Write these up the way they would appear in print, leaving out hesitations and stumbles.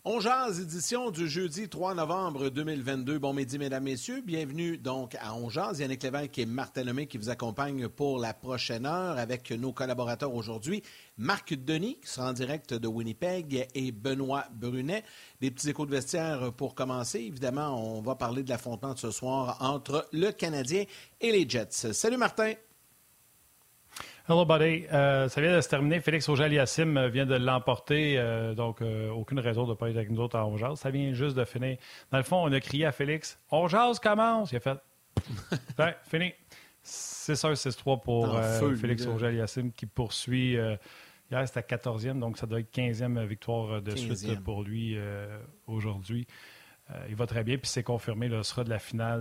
On jase, édition du jeudi 3 novembre 2022. Bon midi, mesdames, messieurs. Bienvenue donc à On jase. Yannick Lévesque et Martin Lemay qui vous accompagnent pour la prochaine heure avec nos collaborateurs aujourd'hui. Marc Denis qui sera en direct de Winnipeg et Benoît Brunet. Des petits échos de vestiaire pour commencer. Évidemment, on va parler de l'affrontement de ce soir entre le Canadien et les Jets. Salut Martin. Hello, buddy. Ça vient de se terminer. Félix Auger-Aliassime vient de l'emporter. Donc, aucune raison de ne pas être avec nous autres à On jase. Ça vient juste de finir. Dans le fond, on a crié à Félix « On jase commence! » Il a fait « Ouais, fini. » 6-1-6-3 pour Félix Auger-Aliassime qui poursuit. Hier, c'était 14e, donc ça doit être 15e victoire de suite pour lui aujourd'hui. Il va très bien, puis c'est confirmé, là, ce sera de la finale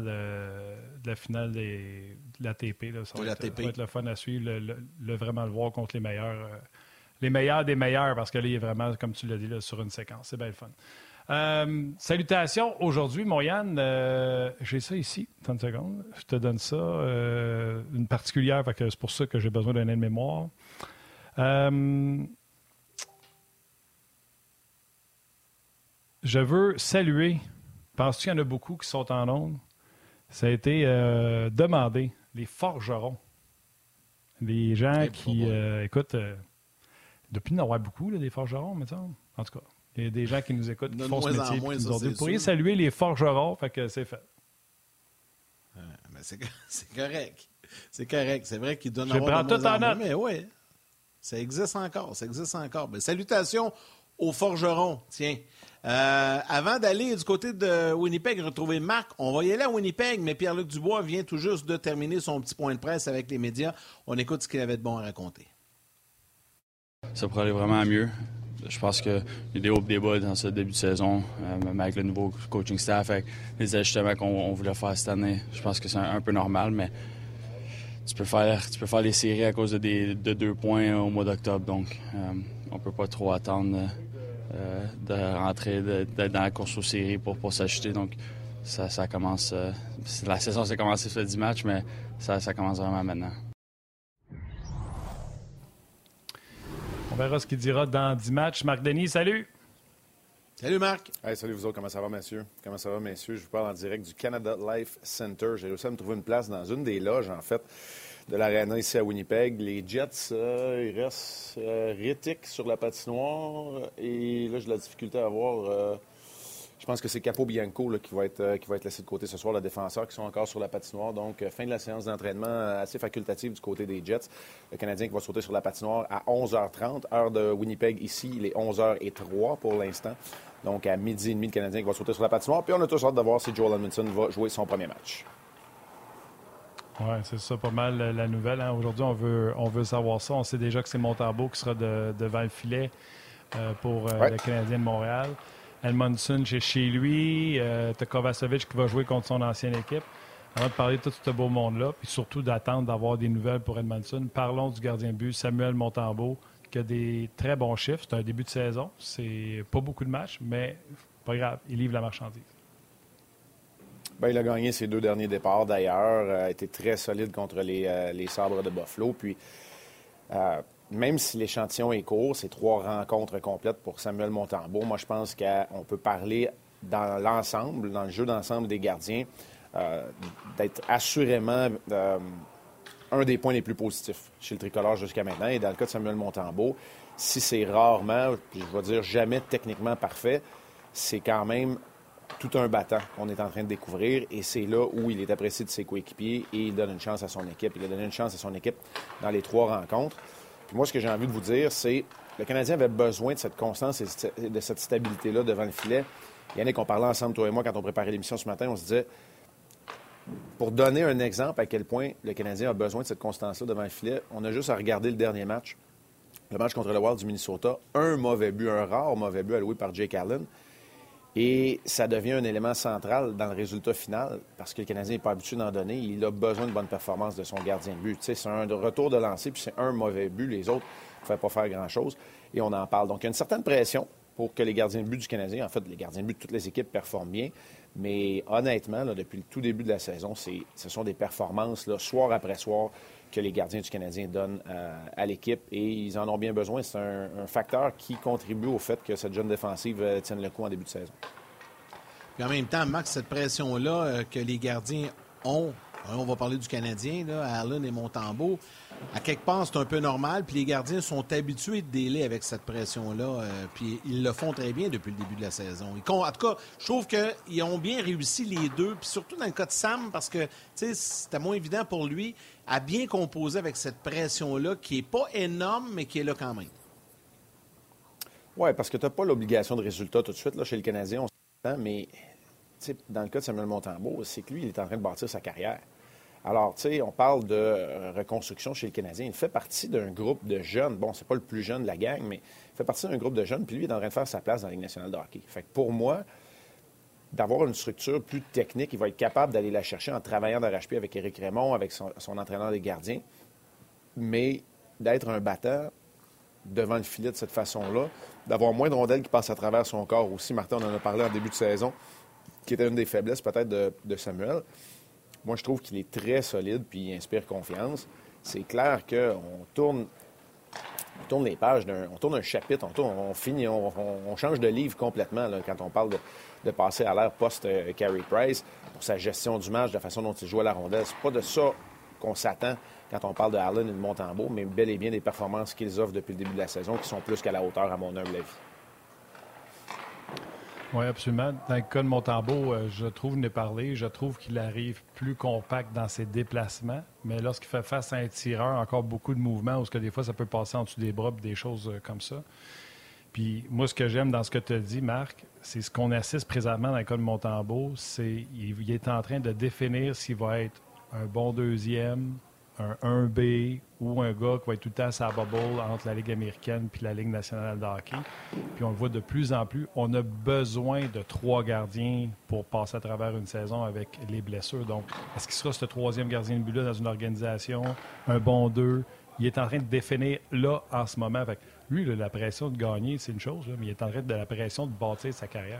de l'ATP. Là. Ça va être le fun à suivre, vraiment le voir contre les meilleurs des meilleurs, parce que là, il est vraiment, comme tu l'as dit, là, sur une séquence. C'est bien le fun. Salutations. Aujourd'hui, mon Yann, j'ai ça ici, 30 secondes. Je te donne ça, une particulière, parce que c'est pour ça que j'ai besoin d'un aide-mémoire. Je veux saluer, penses-tu qu'il y en a beaucoup qui sont en ondes? Ça a été demandé, les forgerons. Les gens qui, écoute, depuis d'en avoir beaucoup, là, des forgerons, mais ça, en tout cas, il y a des gens qui nous écoutent, qui font ce métier. Vous pourriez saluer les forgerons, fait que c'est fait. Mais c'est correct. C'est correct. C'est vrai qu'ils donnent Je prends tout en note. Mais oui, ça existe encore. Ben, salutations aux forgerons, tiens. Avant d'aller du côté de Winnipeg retrouver Marc, on va y aller à Winnipeg, mais Pierre-Luc Dubois vient tout juste de terminer son petit point de presse avec les médias. On écoute ce qu'il avait de bon à raconter. Ça pourrait aller vraiment mieux. Je pense qu'il y a des hauts et des bas dans ce début de saison, même avec le nouveau coaching staff, avec les ajustements qu'on voulait faire cette année. Je pense que c'est un peu normal, mais tu peux faire les séries à cause de 2 points au mois d'octobre. Donc, on peut pas trop attendre de rentrer dans la course aux séries pour s'ajuster. Donc, ça commence. La saison s'est commencée sur 10 matchs, mais ça commence vraiment maintenant. On verra ce qu'il dira dans 10 matchs. Marc Denis, salut! Salut Marc! Hey, salut vous autres, comment ça va messieurs? Je vous parle en direct du Canada Life Center. J'ai réussi à me trouver une place dans une des loges, en fait, de l'aréna ici à Winnipeg. Les Jets, ils restent rétiques sur la patinoire. Et là, j'ai de la difficulté à voir. Je pense que c'est Capobianco là, qui va être laissé de côté ce soir, le défenseur, qui sont encore sur la patinoire. Donc, fin de la séance d'entraînement assez facultative du côté des Jets. Le Canadien qui va sauter sur la patinoire à 11h30, heure de Winnipeg ici. Il est 11h03 pour l'instant. Donc, à midi et demi, le Canadien qui va sauter sur la patinoire. Puis, on a tous hâte de voir si Joel Edmondson va jouer son premier match. Oui, c'est ça, pas mal la nouvelle. Hein. Aujourd'hui, on veut savoir ça. On sait déjà que c'est Montembeault qui sera devant le filet pour le Canadien de Montréal. Edmondson chez lui. T'as Kovacevic qui va jouer contre son ancienne équipe. Avant de parler de tout ce beau monde-là, puis surtout d'attendre d'avoir des nouvelles pour Edmondson, parlons du gardien de but, Samuel Montembeault, qui a des très bons chiffres. C'est un début de saison. C'est pas beaucoup de matchs, mais pas grave. Il livre la marchandise. Bien, il a gagné ses 2 derniers départs, d'ailleurs. A été très solide contre les Sabres de Buffalo. Puis, même si l'échantillon est court, c'est 3 rencontres complètes pour Samuel Montembeault. Moi, je pense qu'on peut parler dans l'ensemble, dans le jeu d'ensemble des gardiens, d'être assurément un des points les plus positifs chez le tricolore jusqu'à maintenant. Et dans le cas de Samuel Montembeault, si c'est rarement, je vais dire jamais techniquement parfait, c'est quand même tout un battant qu'on est en train de découvrir. Et c'est là où il est apprécié de ses coéquipiers et il donne une chance à son équipe. Il a donné une chance à son équipe dans les 3 rencontres. Puis moi, ce que j'ai envie de vous dire, c'est que le Canadien avait besoin de cette constance et de cette stabilité-là devant le filet. Yannick, on parlait ensemble, toi et moi, quand on préparait l'émission ce matin, on se disait, pour donner un exemple à quel point le Canadien a besoin de cette constance-là devant le filet, on a juste à regarder le dernier match, le match contre le Wild du Minnesota. Un rare mauvais but alloué par Jake Allen. Et ça devient un élément central dans le résultat final parce que le Canadien n'est pas habitué d'en donner. Il a besoin de bonnes performances de son gardien de but. Tu sais, c'est un retour de lancer, puis c'est un mauvais but. Les autres ne pouvaient pas faire grand-chose. Et on en parle. Donc, il y a une certaine pression pour que les gardiens de but du Canadien, en fait, les gardiens de but de toutes les équipes performent bien. Mais honnêtement, là, depuis le tout début de la saison, ce sont des performances, là, soir après soir, que les gardiens du Canadien donnent à l'équipe et ils en ont bien besoin. C'est un facteur qui contribue au fait que cette jeune défensive tienne le coup en début de saison. Puis en même temps, Max, cette pression-là que les gardiens ont, on va parler du Canadien, là, Allen et Montembeault, à quelque part, c'est un peu normal. Puis les gardiens sont habitués de délai avec cette pression-là. Puis ils le font très bien depuis le début de la saison. En tout cas, je trouve qu'ils ont bien réussi les deux. Puis surtout dans le cas de Sam, parce que c'était moins évident pour lui, à bien composer avec cette pression-là qui n'est pas énorme, mais qui est là quand même. Oui, parce que tu n'as pas l'obligation de résultat tout de suite. Là, chez le Canadien, on s'entend, mais dans le cas de Samuel Montembeault, c'est que lui, il est en train de bâtir sa carrière. Alors, tu sais, on parle de reconstruction chez le Canadien. Il fait partie d'un groupe de jeunes. Bon, c'est pas le plus jeune de la gang, mais il fait partie d'un groupe de jeunes. Puis lui, il est en train de faire sa place dans la Ligue nationale de hockey. Fait que pour moi, d'avoir une structure plus technique, il va être capable d'aller la chercher en travaillant d'arrache-pied avec Éric Raymond, avec son entraîneur des gardiens. Mais d'être un battant devant le filet de cette façon-là, d'avoir moins de rondelles qui passent à travers son corps aussi. Martin, on en a parlé en début de saison, qui était une des faiblesses peut-être de Samuel. Moi, je trouve qu'il est très solide puis il inspire confiance. C'est clair qu'on tourne les pages, on tourne un chapitre, on change de livre complètement là, quand on parle de passer à l'ère post-Carey Price pour sa gestion du match, de la façon dont il joue à la rondelle. C'est pas de ça qu'on s'attend quand on parle de Allen et de Montembeault, mais bel et bien des performances qu'ils offrent depuis le début de la saison qui sont plus qu'à la hauteur, à mon humble avis. Oui, absolument. Dans le cas de Montembeault, je trouve qu'il arrive plus compact dans ses déplacements, mais lorsqu'il fait face à un tireur, encore beaucoup de mouvements, où des fois ça peut passer en dessous des bras, des choses comme ça. Puis moi, ce que j'aime dans ce que tu as dit, Marc, c'est ce qu'on assiste présentement dans le cas de Montembeault, c'est qu'il est en train de définir s'il va être un bon deuxième, un 1B ou un gars qui va être tout le temps sa bubble entre la Ligue américaine puis la Ligue nationale de hockey. Puis on le voit de plus en plus. On a besoin de 3 gardiens pour passer à travers une saison avec les blessures. Donc, est-ce qu'il sera ce troisième gardien de but-là dans une organisation? Un bon 2? Il est en train de définir là, en ce moment. Fait que lui, là, la pression de gagner, c'est une chose, là, mais il est en train de la pression de bâtir sa carrière.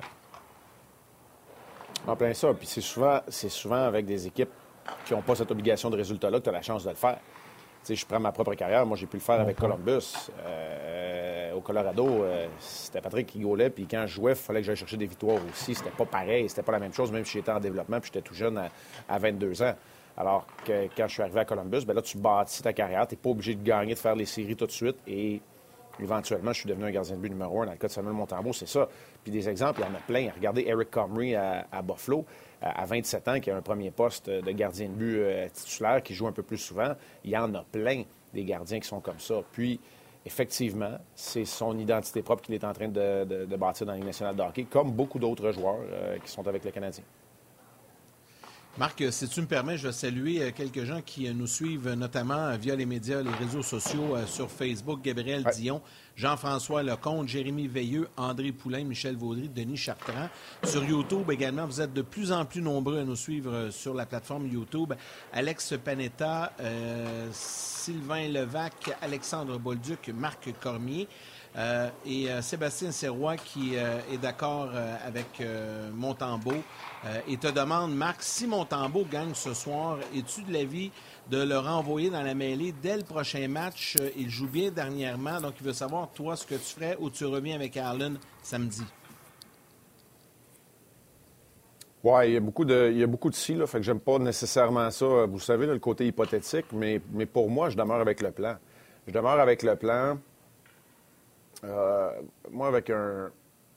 En plein ça. Puis c'est souvent avec des équipes qui n'ont pas cette obligation de résultat-là que tu as la chance de le faire. Tu sais, je prends ma propre carrière. Moi, j'ai pu le faire avec Columbus. Au Colorado, c'était Patrick qui gaulait. Puis quand je jouais, il fallait que j'aille chercher des victoires aussi. C'était pas pareil. C'était pas la même chose, même si j'étais en développement puis j'étais tout jeune à 22 ans. Alors que quand je suis arrivé à Columbus, bien là, tu bâtis ta carrière. Tu n'es pas obligé de gagner, de faire les séries tout de suite. Et éventuellement, je suis devenu un gardien de but numéro 1. Dans le cas de Samuel Montembeault, c'est ça. Puis des exemples, il y en a plein. Regardez Eric Comrie à Buffalo, à 27 ans, qui a un premier poste de gardien de but titulaire, qui joue un peu plus souvent. Il y en a plein des gardiens qui sont comme ça. Puis, effectivement, c'est son identité propre qu'il est en train de bâtir dans la Ligue nationale de hockey, comme beaucoup d'autres joueurs qui sont avec le Canadien. Marc, si tu me permets, je vais saluer quelques gens qui nous suivent, notamment via les médias, les réseaux sociaux, sur Facebook, Gabriel Dion, Jean-François Lecomte, Jérémy Veilleux, André Poulain, Michel Vaudry, Denis Chartrand. Sur YouTube également, vous êtes de plus en plus nombreux à nous suivre sur la plateforme YouTube. Alex Panetta, Sylvain Levac, Alexandre Bolduc, Marc Cormier. Et Sébastien Serrois qui est d'accord avec Montembeault et te demande, Marc, si Montembeault gagne ce soir, es-tu de l'avis de le renvoyer dans la mêlée dès le prochain match? Il joue bien dernièrement, donc il veut savoir, toi, ce que tu ferais ou tu reviens avec Allen samedi. Oui, il y a beaucoup de si, là, fait que j'aime pas nécessairement ça. Vous savez, là, le côté hypothétique, mais pour moi, je demeure avec le plan. Je demeure avec le plan. Moi, avec un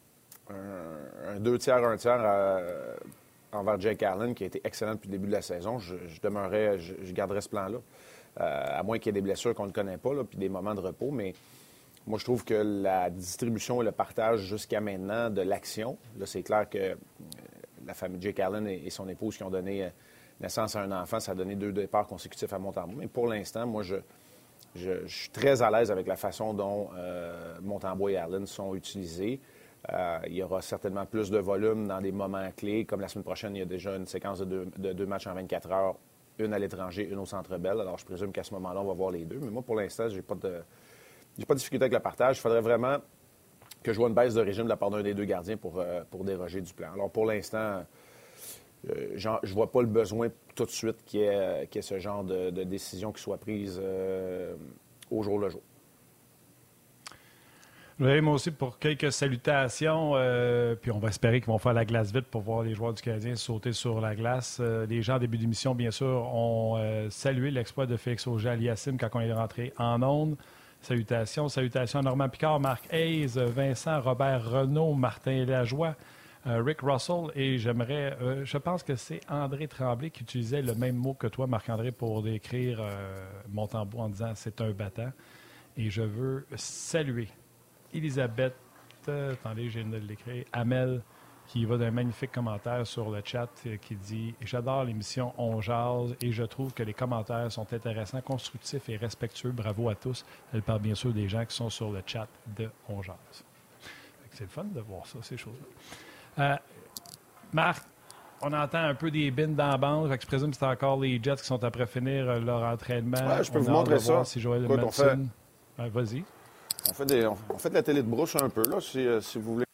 2 tiers, 1 tiers envers Jake Allen, qui a été excellent depuis le début de la saison, je garderais ce plan-là. À moins qu'il y ait des blessures qu'on ne connaît pas, là, puis des moments de repos. Mais moi, je trouve que la distribution et le partage jusqu'à maintenant de l'action, là, c'est clair que la famille Jake Allen et son épouse qui ont donné naissance à un enfant, ça a donné 2 départs consécutifs à Montembeault. Mais pour l'instant, moi, je suis très à l'aise avec la façon dont Montembeault et Allen sont utilisés. Il y aura certainement plus de volume dans des moments clés. Comme la semaine prochaine, il y a déjà une séquence de deux matchs en 24 heures, une à l'étranger, une au Centre Bell. Alors, je présume qu'à ce moment-là, on va voir les deux. Mais moi, pour l'instant, j'ai pas de difficulté avec le partage. Il faudrait vraiment que je vois une baisse de régime de la part d'un des 2 gardiens pour déroger du plan. Alors, pour l'instant, je ne vois pas le besoin tout de suite qu'il y ait ce genre de décision qui soit prise au jour le jour. Oui, moi aussi, pour quelques salutations. Puis on va espérer qu'ils vont faire la glace vite pour voir les joueurs du Canadien sauter sur la glace. Les gens, en début d'émission, bien sûr, ont salué l'exploit de Félix Auger-Aliassime quand on est rentré en ondes. Salutations. Salutations à Normand Picard, Marc Hayes, Vincent, Robert Renaud, Martin Lajoie, Rick Russell. Et j'aimerais, je pense que c'est André Tremblay qui utilisait le même mot que toi, Marc-André, pour décrire Montembeault en disant « c'est un battant ». Et je veux saluer Elisabeth, attendez, je viens de l'écrire, Amel, qui va d'un magnifique commentaire sur le chat qui dit « J'adore l'émission On Jase et je trouve que les commentaires sont intéressants, constructifs et respectueux. Bravo à tous. » Elle parle bien sûr des gens qui sont sur le chat de On Jase. C'est le fun de voir ça, ces choses-là. Marc, on entend un peu des bines dans la bande. Je présume que c'est encore les Jets qui sont après finir leur entraînement. Ouais, je peux vous montrer ça. Si Joël Edmondson... Vas-y. On fait de la télé de brousse un peu, là, si vous voulez.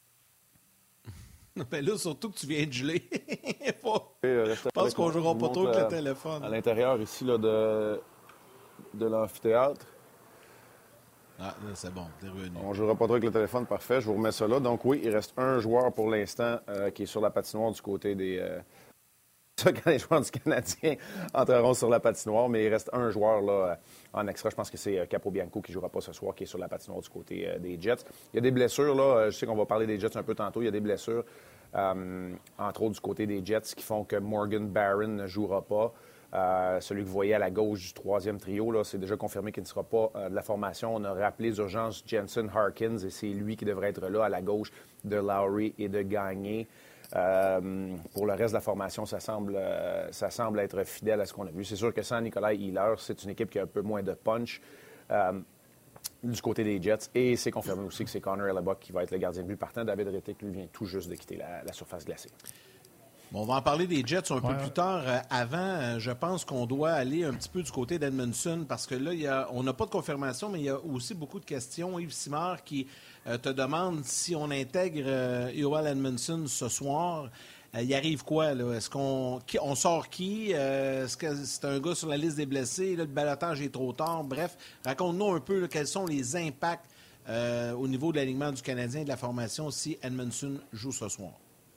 Mais là, surtout que tu viens de geler. Je pense qu'on ne jouera pas trop avec le téléphone. À l'intérieur, ici, là, de l'amphithéâtre. Ah, là, c'est bon, t'es revenu. On ne jouera pas trop avec le téléphone, parfait. Je vous remets ça là. Donc oui, il reste un joueur pour l'instant qui est sur la patinoire du côté des... Ça, quand les joueurs du Canadien entreront sur la patinoire, mais il reste un joueur là, en extra. Je pense que c'est Capobianco qui ne jouera pas ce soir, qui est sur la patinoire du côté des Jets. Il y a des blessures, là. Je sais qu'on va parler des Jets un peu tantôt. Il y a des blessures, entre autres du côté des Jets, qui font que Morgan Barron ne jouera pas. Celui que vous voyez à la gauche du troisième trio, là, c'est déjà confirmé qu'il ne sera pas de la formation. On a rappelé d'urgence Jensen Harkins, et c'est lui qui devrait être là à la gauche de Lowry et de Gagné. Pour le reste de la formation, ça semble être fidèle à ce qu'on a vu. C'est sûr que sans Nikolai Ehlers, c'est une équipe qui a un peu moins de punch du côté des Jets. Et c'est confirmé aussi que c'est Connor Hellebuyck qui va être le gardien de but partant. David Rettig, lui, vient tout juste de quitter la surface glacée. Bon, on va en parler des Jets un peu plus tard. Avant, je pense qu'on doit aller un petit peu du côté d'Edmondson parce que là, on n'a pas de confirmation, mais il y a aussi beaucoup de questions. Yves Simard qui te demande si on intègre Joel Edmondson ce soir. Il arrive quoi, là? Est-ce qu'on sort qui? Est-ce que c'est un gars sur la liste des blessés? Là, le balotage est trop tard. Bref, raconte-nous un peu là, quels sont les impacts au niveau de l'alignement du Canadien et de la formation si Edmondson joue ce soir.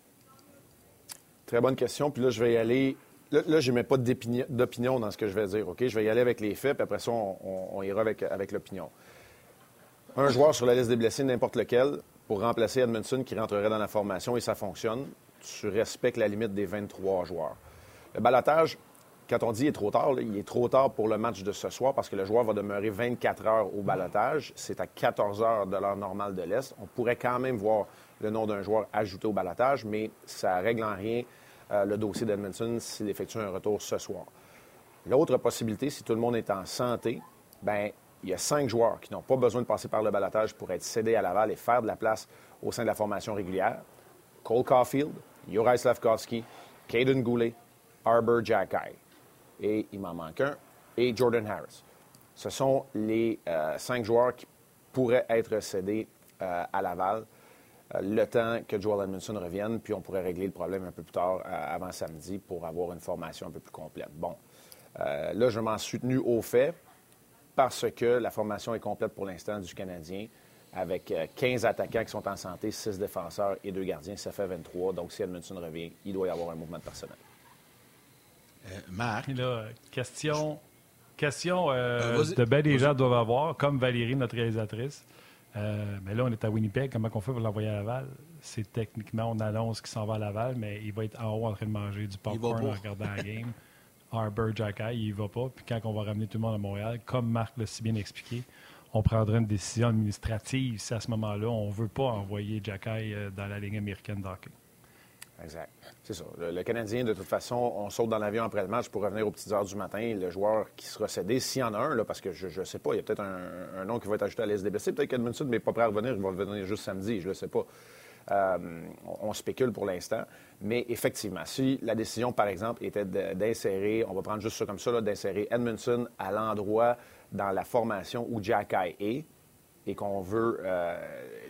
Très bonne question. Puis là, je vais y aller. Là, je ne mets pas d'opinion dans ce que je vais dire. OK? Je vais y aller avec les faits, puis après ça, on ira avec l'opinion. Un joueur sur la liste des blessés, n'importe lequel, pour remplacer Edmondson qui rentrerait dans la formation et ça fonctionne, tu respectes la limite des 23 joueurs. Le balotage, quand on dit il est trop tard, là, il est trop tard pour le match de ce soir parce que le joueur va demeurer 24 heures au balotage. C'est à 14 heures de l'heure normale de l'Est. On pourrait quand même voir le nom d'un joueur ajouté au balotage, mais ça ne règle en rien le dossier d'Edmondson s'il effectue un retour ce soir. L'autre possibilité, si tout le monde est en santé, bien, il y a 5 joueurs qui n'ont pas besoin de passer par le balotage pour être cédés à Laval et faire de la place au sein de la formation régulière. Cole Caulfield, Juraj Slafkovský, Caden Goulet, Arber Xhekaj. Et il m'en manque un, et Jordan Harris. Ce sont les 5 joueurs qui pourraient être cédés à Laval le temps que Joel Edmondson revienne, puis on pourrait régler le problème un peu plus tard, avant samedi, pour avoir une formation un peu plus complète. Bon, là, je m'en suis tenu au fait parce que la formation est complète pour l'instant du Canadien, avec 15 attaquants qui sont en santé, 6 défenseurs et 2 gardiens. Ça fait 23. Donc, si Edmondson revient, il doit y avoir un mouvement de personnel. Marc. Là, question de bien des gens doivent avoir, comme Valérie, notre réalisatrice. Mais là, on est à Winnipeg. Comment on fait pour l'envoyer à Laval? C'est techniquement, on annonce qu'il s'en va à Laval, mais il va être en haut en train de manger du popcorn en regardant la game. Arber Xhekaj, il y va pas. Puis quand on va ramener tout le monde à Montréal, comme Marc l'a si bien expliqué, on prendra une décision administrative si à ce moment-là, on ne veut pas envoyer Xhekaj dans la Ligue américaine de hockey. Exact. C'est ça. Le Canadien, de toute façon, on saute dans l'avion après le match pour revenir aux petites heures du matin. Le joueur qui sera cédé, s'il y en a un, là, parce que je ne sais pas, il y a peut-être un nom qui va être ajouté à la liste des blessés. Peut-être qu'Edmondson n'est pas prêt à revenir, il va revenir juste samedi, je ne le sais pas. On spécule pour l'instant. Mais effectivement, si la décision, par exemple, était d'insérer, on va prendre juste ça comme ça, là, d'insérer Edmondson à l'endroit dans la formation où Xhekaj est, et qu'on veut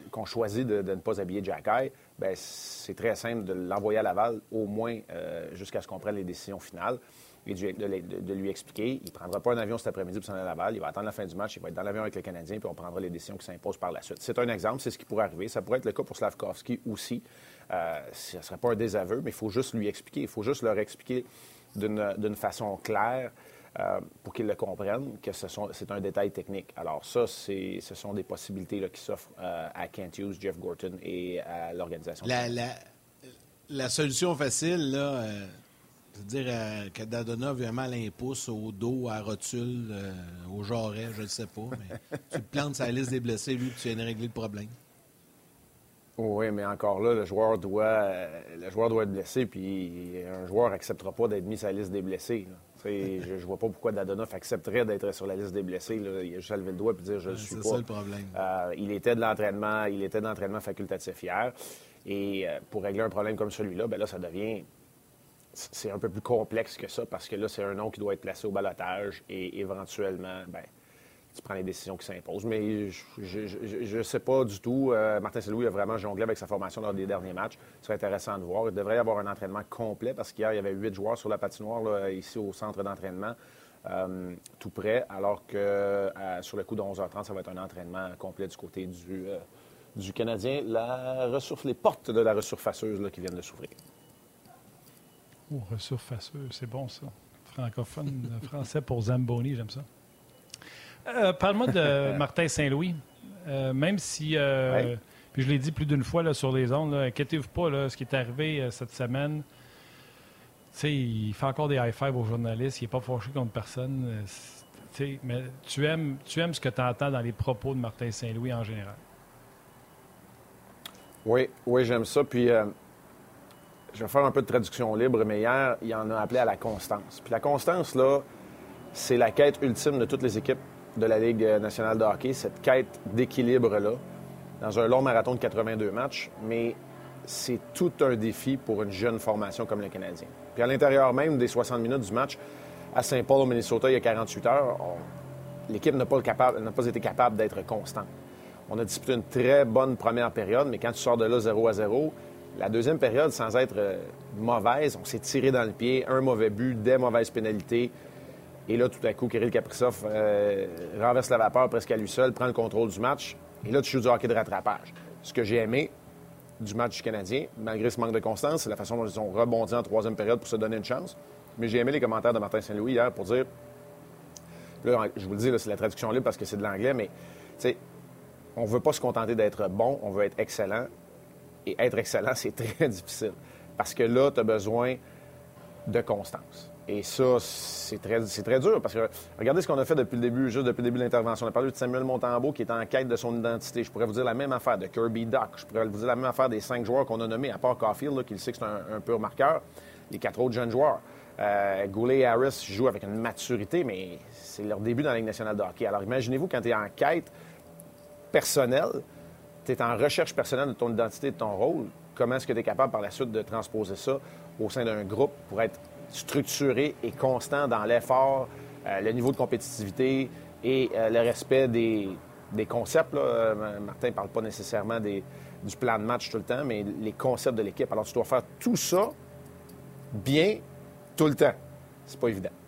qu'on choisit de ne pas habiller Xhekaj, bien, c'est très simple de l'envoyer à Laval, au moins jusqu'à ce qu'on prenne les décisions finales, et de lui expliquer. Il ne prendra pas un avion cet après-midi pour s'en aller à Laval. Il va attendre la fin du match. Il va être dans l'avion avec le Canadien, puis on prendra les décisions qui s'imposent par la suite. C'est un exemple. C'est ce qui pourrait arriver. Ça pourrait être le cas pour Slafkovský aussi. Ce ne serait pas un désaveu, mais il faut juste lui expliquer. Il faut juste leur expliquer d'une façon claire pour qu'ils le comprennent, que c'est un détail technique. Alors ça, ce sont des possibilités là, qui s'offrent à Kent Hughes, Jeff Gorton et à l'organisation. La solution facile, là... C'est-à-dire que Dadonov a mal à un pouce, au dos, à la rotule, au jarret, je ne sais pas. Mais tu te plantes sur la liste des blessés, lui, puis tu viens de régler le problème. Oui, mais encore là, le joueur doit être blessé, puis un joueur n'acceptera pas d'être mis sur la liste des blessés. Je ne vois pas pourquoi Dadonov accepterait d'être sur la liste des blessés. Là. Il a juste à lever le doigt et dire « je ne suis pas ». C'est ça le problème. Il était de l'entraînement facultatif hier. Et pour régler un problème comme celui-là, bien là, ça devient... C'est un peu plus complexe que ça parce que là, c'est un nom qui doit être placé au ballottage et éventuellement, bien, tu prends les décisions qui s'imposent. Mais je ne sais pas du tout. Martin Saint-Louis a vraiment jonglé avec sa formation lors des derniers matchs. Ce serait intéressant de voir. Il devrait y avoir un entraînement complet parce qu'hier, il y avait 8 joueurs sur la patinoire là, ici au centre d'entraînement, tout près, alors que sur le coup de 11h30, ça va être un entraînement complet du côté du Canadien. Les portes de la resurfaceuse là, qui viennent de s'ouvrir. Oh, resurfaceuse, c'est bon ça. Francophone, français pour Zamboni, j'aime ça. Parle-moi de Martin Saint-Louis. Même si, puis je l'ai dit plus d'une fois là, sur les ondes, là, inquiétez-vous pas, là, ce qui est arrivé cette semaine, il fait encore des high-fives aux journalistes, il n'est pas fâché contre personne. Mais tu aimes ce que tu entends dans les propos de Martin Saint-Louis en général. Oui, j'aime ça. Puis... je vais faire un peu de traduction libre, mais hier, il en a appelé à la constance. Puis la constance, là, c'est la quête ultime de toutes les équipes de la Ligue nationale de hockey, cette quête d'équilibre-là, dans un long marathon de 82 matchs, mais c'est tout un défi pour une jeune formation comme le Canadien. Puis à l'intérieur même des 60 minutes du match, à Saint-Paul, au Minnesota, il y a 48 heures, l'équipe n'a pas été capable d'être constante. On a disputé une très bonne première période, mais quand tu sors de là 0-0, la deuxième période, sans être mauvaise, on s'est tiré dans le pied, un mauvais but, des mauvaises pénalités. Et là, tout à coup, Kirill Kaprizov renverse la vapeur presque à lui seul, prend le contrôle du match. Et là, tu joues du hockey de rattrapage. Ce que j'ai aimé du match du Canadien, malgré ce manque de constance, c'est la façon dont ils ont rebondi en troisième période pour se donner une chance. Mais j'ai aimé les commentaires de Martin Saint-Louis hier pour dire... Là, je vous le dis, là, c'est la traduction libre parce que c'est de l'anglais, mais on ne veut pas se contenter d'être bon, on veut être excellent. Et être excellent, c'est très difficile. Parce que là, tu as besoin de constance. Et ça, c'est très dur. Parce que regardez ce qu'on a fait depuis le début, juste depuis le début de l'intervention. On a parlé de Samuel Montembeault qui est en quête de son identité. Je pourrais vous dire la même affaire de Kirby Dach. Je pourrais vous dire la même affaire des 5 joueurs qu'on a nommés, à part Caulfield, là, qui le sait que c'est un pur marqueur. Les 4 autres jeunes joueurs. Goulet et Harris jouent avec une maturité, mais c'est leur début dans la Ligue nationale de hockey. Alors imaginez-vous quand tu es en quête personnelle, tu es en recherche personnelle de ton identité, de ton rôle, comment est-ce que tu es capable par la suite de transposer ça au sein d'un groupe pour être structuré et constant dans l'effort, le niveau de compétitivité et le respect des concepts. Là. Martin ne parle pas nécessairement du plan de match tout le temps, mais les concepts de l'équipe. Alors, tu dois faire tout ça bien tout le temps. C'est pas évident.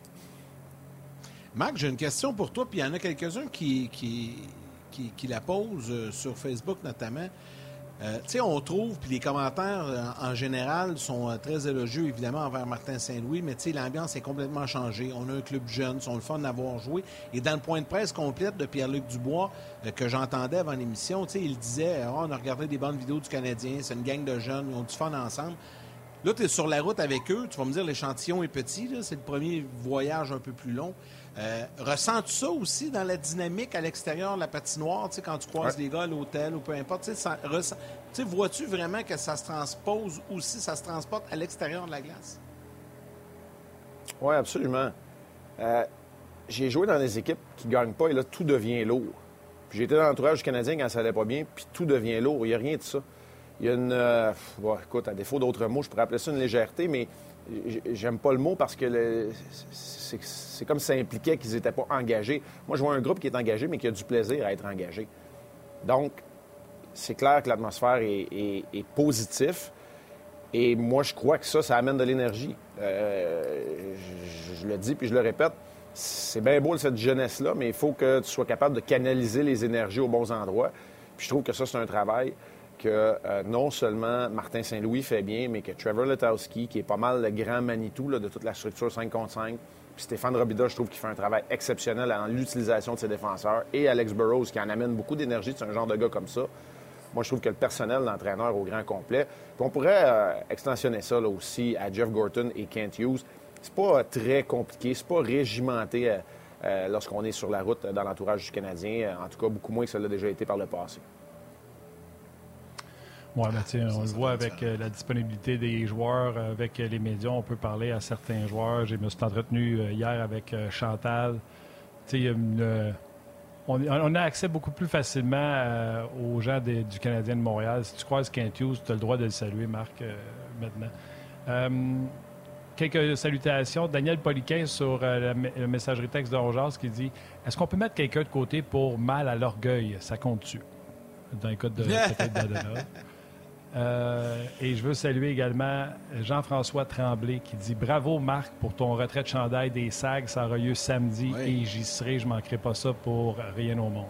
Marc, j'ai une question pour toi, puis il y en a quelques-uns qui la posent sur Facebook notamment. Tu sais, on trouve, puis les commentaires en général sont très élogieux, évidemment, envers Martin Saint-Louis, mais tu sais, l'ambiance est complètement changée. On a un club jeune, ils sont le fun d'avoir joué. Et dans le point de presse complète de Pierre-Luc Dubois, que j'entendais avant l'émission, tu sais, il disait on a regardé des bonnes vidéos du Canadien, c'est une gang de jeunes, ils ont du fun ensemble. Là, tu es sur la route avec eux, tu vas me dire l'échantillon est petit, là, c'est le premier voyage un peu plus long. Ressens-tu ça aussi dans la dynamique à l'extérieur de la patinoire, tu sais, quand tu croises les gars à l'hôtel ou peu importe, tu sais, vois-tu vraiment que ça se transpose aussi, ça se transporte à l'extérieur de la glace? Oui, absolument. J'ai joué dans des équipes qui ne gagnent pas et là, tout devient lourd. Puis j'ai été dans l'entourage du Canadien quand ça allait pas bien, puis tout devient lourd. Il n'y a rien de ça. Il y a une... écoute, à défaut d'autres mots, je pourrais appeler ça une légèreté, mais j'aime pas le mot parce que c'est comme si ça impliquait qu'ils n'étaient pas engagés. Moi, je vois un groupe qui est engagé, mais qui a du plaisir à être engagé. Donc, c'est clair que l'atmosphère est positive. Et moi, je crois que ça amène de l'énergie. Je le dis puis je le répète, c'est bien beau cette jeunesse-là, mais il faut que tu sois capable de canaliser les énergies aux bons endroits. Puis je trouve que ça, c'est un travail que non seulement Martin Saint-Louis fait bien, mais que Trevor Letowski, qui est pas mal le grand Manitou là, de toute la structure 5 contre 5, puis Stéphane Robida, je trouve qu'il fait un travail exceptionnel dans l'utilisation de ses défenseurs, et Alex Burrows, qui en amène beaucoup d'énergie, c'est un genre de gars comme ça. Moi, je trouve que le personnel d'entraîneur au grand complet, puis on pourrait extensionner ça là, aussi à Jeff Gorton et Kent Hughes. C'est pas très compliqué, c'est pas régimenté lorsqu'on est sur la route dans l'entourage du Canadien. En tout cas, beaucoup moins que ça l'a déjà été par le passé. Oui, mais tiens, on le voit avec la disponibilité des joueurs, avec les médias, on peut parler à certains joueurs. Je me suis entretenu hier avec Chantal. Tu sais, on a accès beaucoup plus facilement aux gens du Canadien de Montréal. Si tu croises Kent Hughes, tu as le droit de le saluer, Marc, maintenant. Quelques salutations. Daniel Poliquin sur la messagerie texte d'Urgence qui dit « Est-ce qu'on peut mettre quelqu'un de côté pour mal à l'orgueil? Ça compte-tu? » Dans le cas de peut-être d'Adela. Et je veux saluer également Jean-François Tremblay qui dit « Bravo Marc pour ton retrait de chandail des SAG. Ça aura lieu samedi et j'y serai. Je ne manquerai pas ça pour rien au monde. »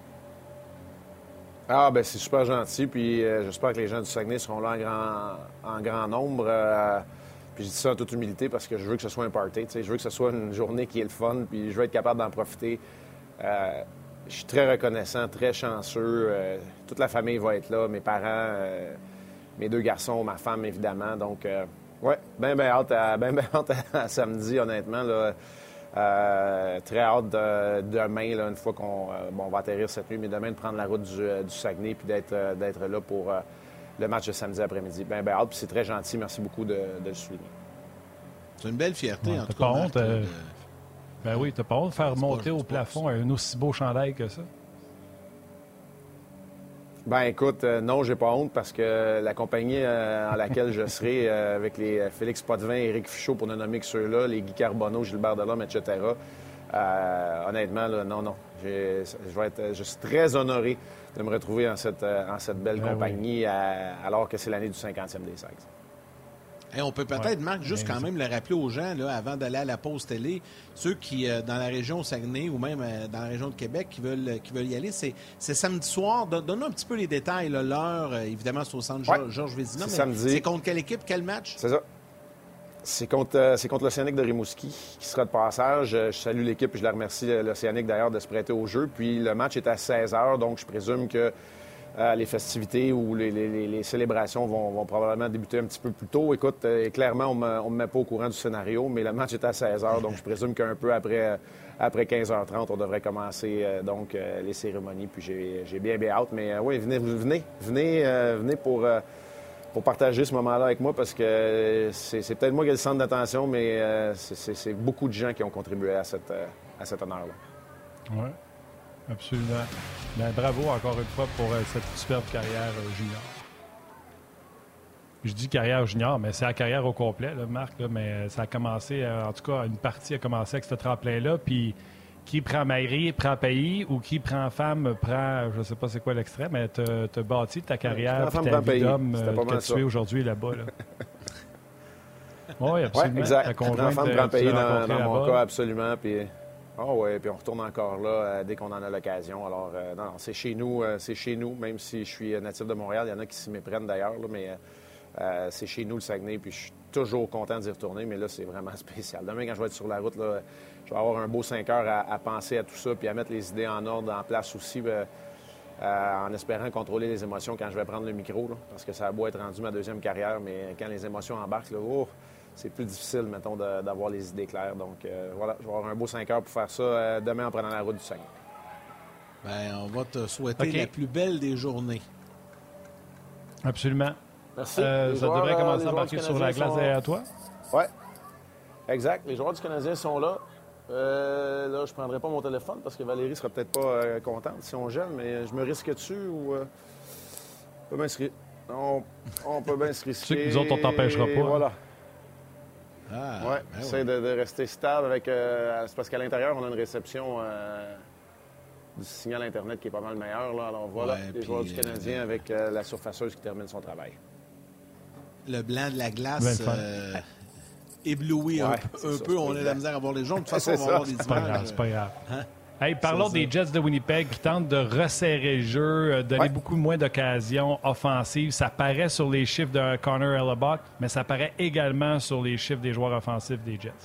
Ah, ben c'est super gentil. Puis j'espère que les gens du Saguenay seront là en grand nombre. Puis je dis ça en toute humilité parce que je veux que ce soit un party. Je veux que ce soit une journée qui est le fun. Puis je veux être capable d'en profiter. Je suis très reconnaissant, très chanceux. Toute la famille va être là. Mes parents, mes 2 garçons, ma femme, évidemment. Donc, bien hâte à samedi, honnêtement. Là. Très hâte demain, là, une fois qu'on va atterrir cette nuit, mais demain, de prendre la route du Saguenay puis d'être là pour le match de samedi après-midi. Bien hâte, puis c'est très gentil. Merci beaucoup de le souligner. C'est une belle fierté, en tout cas. Marc, Ben oui, t'as pas honte de faire monter au plafond un aussi beau chandail que ça? Ben écoute, non, j'ai pas honte parce que la compagnie en laquelle je serai, avec les Félix Potvin, Éric Fichaud, pour ne nommer que ceux-là, les Guy Carbonneau, Gilbert Delhomme, etc., honnêtement, là, non. Je suis très honoré de me retrouver en cette belle compagnie alors que c'est l'année du 50e des Sags. Hey, on peut peut-être, Marc, juste quand même le rappeler aux gens, là, avant d'aller à la pause télé, ceux qui, dans la région Saguenay ou même dans la région de Québec, qui veulent y aller, c'est samedi soir. Donne-nous un petit peu les détails. Là, l'heure, évidemment, c'est au centre Georges Vézina. C'est samedi. C'est contre quelle équipe, quel match? C'est ça. C'est contre l'Océanique de Rimouski qui sera de passage. Je salue l'équipe et je la remercie, l'Océanique, d'ailleurs, de se prêter au jeu. Puis le match est à 16h, donc je présume que les festivités ou les célébrations vont probablement débuter un petit peu plus tôt. Écoute, clairement, on ne me met pas au courant du scénario, mais le match est à 16h, donc je présume qu'un peu après 15h30, on devrait commencer les cérémonies. Puis j'ai bien hâte. Mais oui, venez pour partager ce moment-là avec moi parce que c'est peut-être moi qui ai le centre d'attention, mais c'est beaucoup de gens qui ont contribué à cet honneur-là. Oui. Absolument. Bien, bravo encore une fois pour cette superbe carrière junior. Je dis carrière junior, mais c'est la carrière au complet, là, Marc. Là, mais ça a commencé, en tout cas, une partie a commencé avec ce tremplin-là. Puis qui prend mairie, prend pays, ou qui prend femme, prend, je ne sais pas c'est quoi l'extrait, mais tu as bâti ta carrière et ta vie d'homme que tu es aujourd'hui là-bas. Là. Oui, absolument. Ouais, exact. Ta conjointe, femme prend pays dans mon là-bas. cas, absolument. Puis... puis on retourne encore là dès qu'on en a l'occasion. Alors, non, c'est chez nous, même si je suis natif de Montréal. Il y en a qui s'y méprennent d'ailleurs, là, mais c'est chez nous, le Saguenay, puis je suis toujours content d'y retourner, mais là, c'est vraiment spécial. Demain, quand je vais être sur la route, là, je vais avoir un beau 5 heures à penser à tout ça, puis à mettre les idées en ordre, en place aussi, en espérant contrôler les émotions quand je vais prendre le micro, là, parce que ça a beau être rendu ma 2e carrière, mais quand les émotions embarquent, là, c'est plus difficile, mettons, d'avoir les idées claires. Donc, voilà, je vais avoir un beau 5 heures pour faire ça demain en prenant la route du Saguenay. Bien, on va te souhaiter la plus belle des journées. Absolument. Merci. Ça devrait commencer à embarquer sur la glace derrière toi? Oui, exact. Les joueurs du Canadien sont là. Là, je ne prendrai pas mon téléphone parce que Valérie ne sera peut-être pas contente si on gêne, mais je me risque dessus ou... on peut bien se risquer. Tu sais que nous autres, on t'empêchera pas. Voilà. Ben Essaye de rester stable avec... c'est parce qu'à l'intérieur, on a une réception du signal Internet qui est pas mal meilleur. Là. Alors voilà, les joueurs du Canadien avec la surfaceuse qui termine son travail. Le blanc de la glace ébloui un peu. On a la misère à voir les jaunes. De toute façon, on va avoir des images. C'est pas grave. Hein? Hey, parlons des Jets de Winnipeg qui tentent de resserrer le jeu, donner beaucoup moins d'occasions offensives. Ça paraît sur les chiffres de Connor Hellebuyck, mais ça paraît également sur les chiffres des joueurs offensifs des Jets.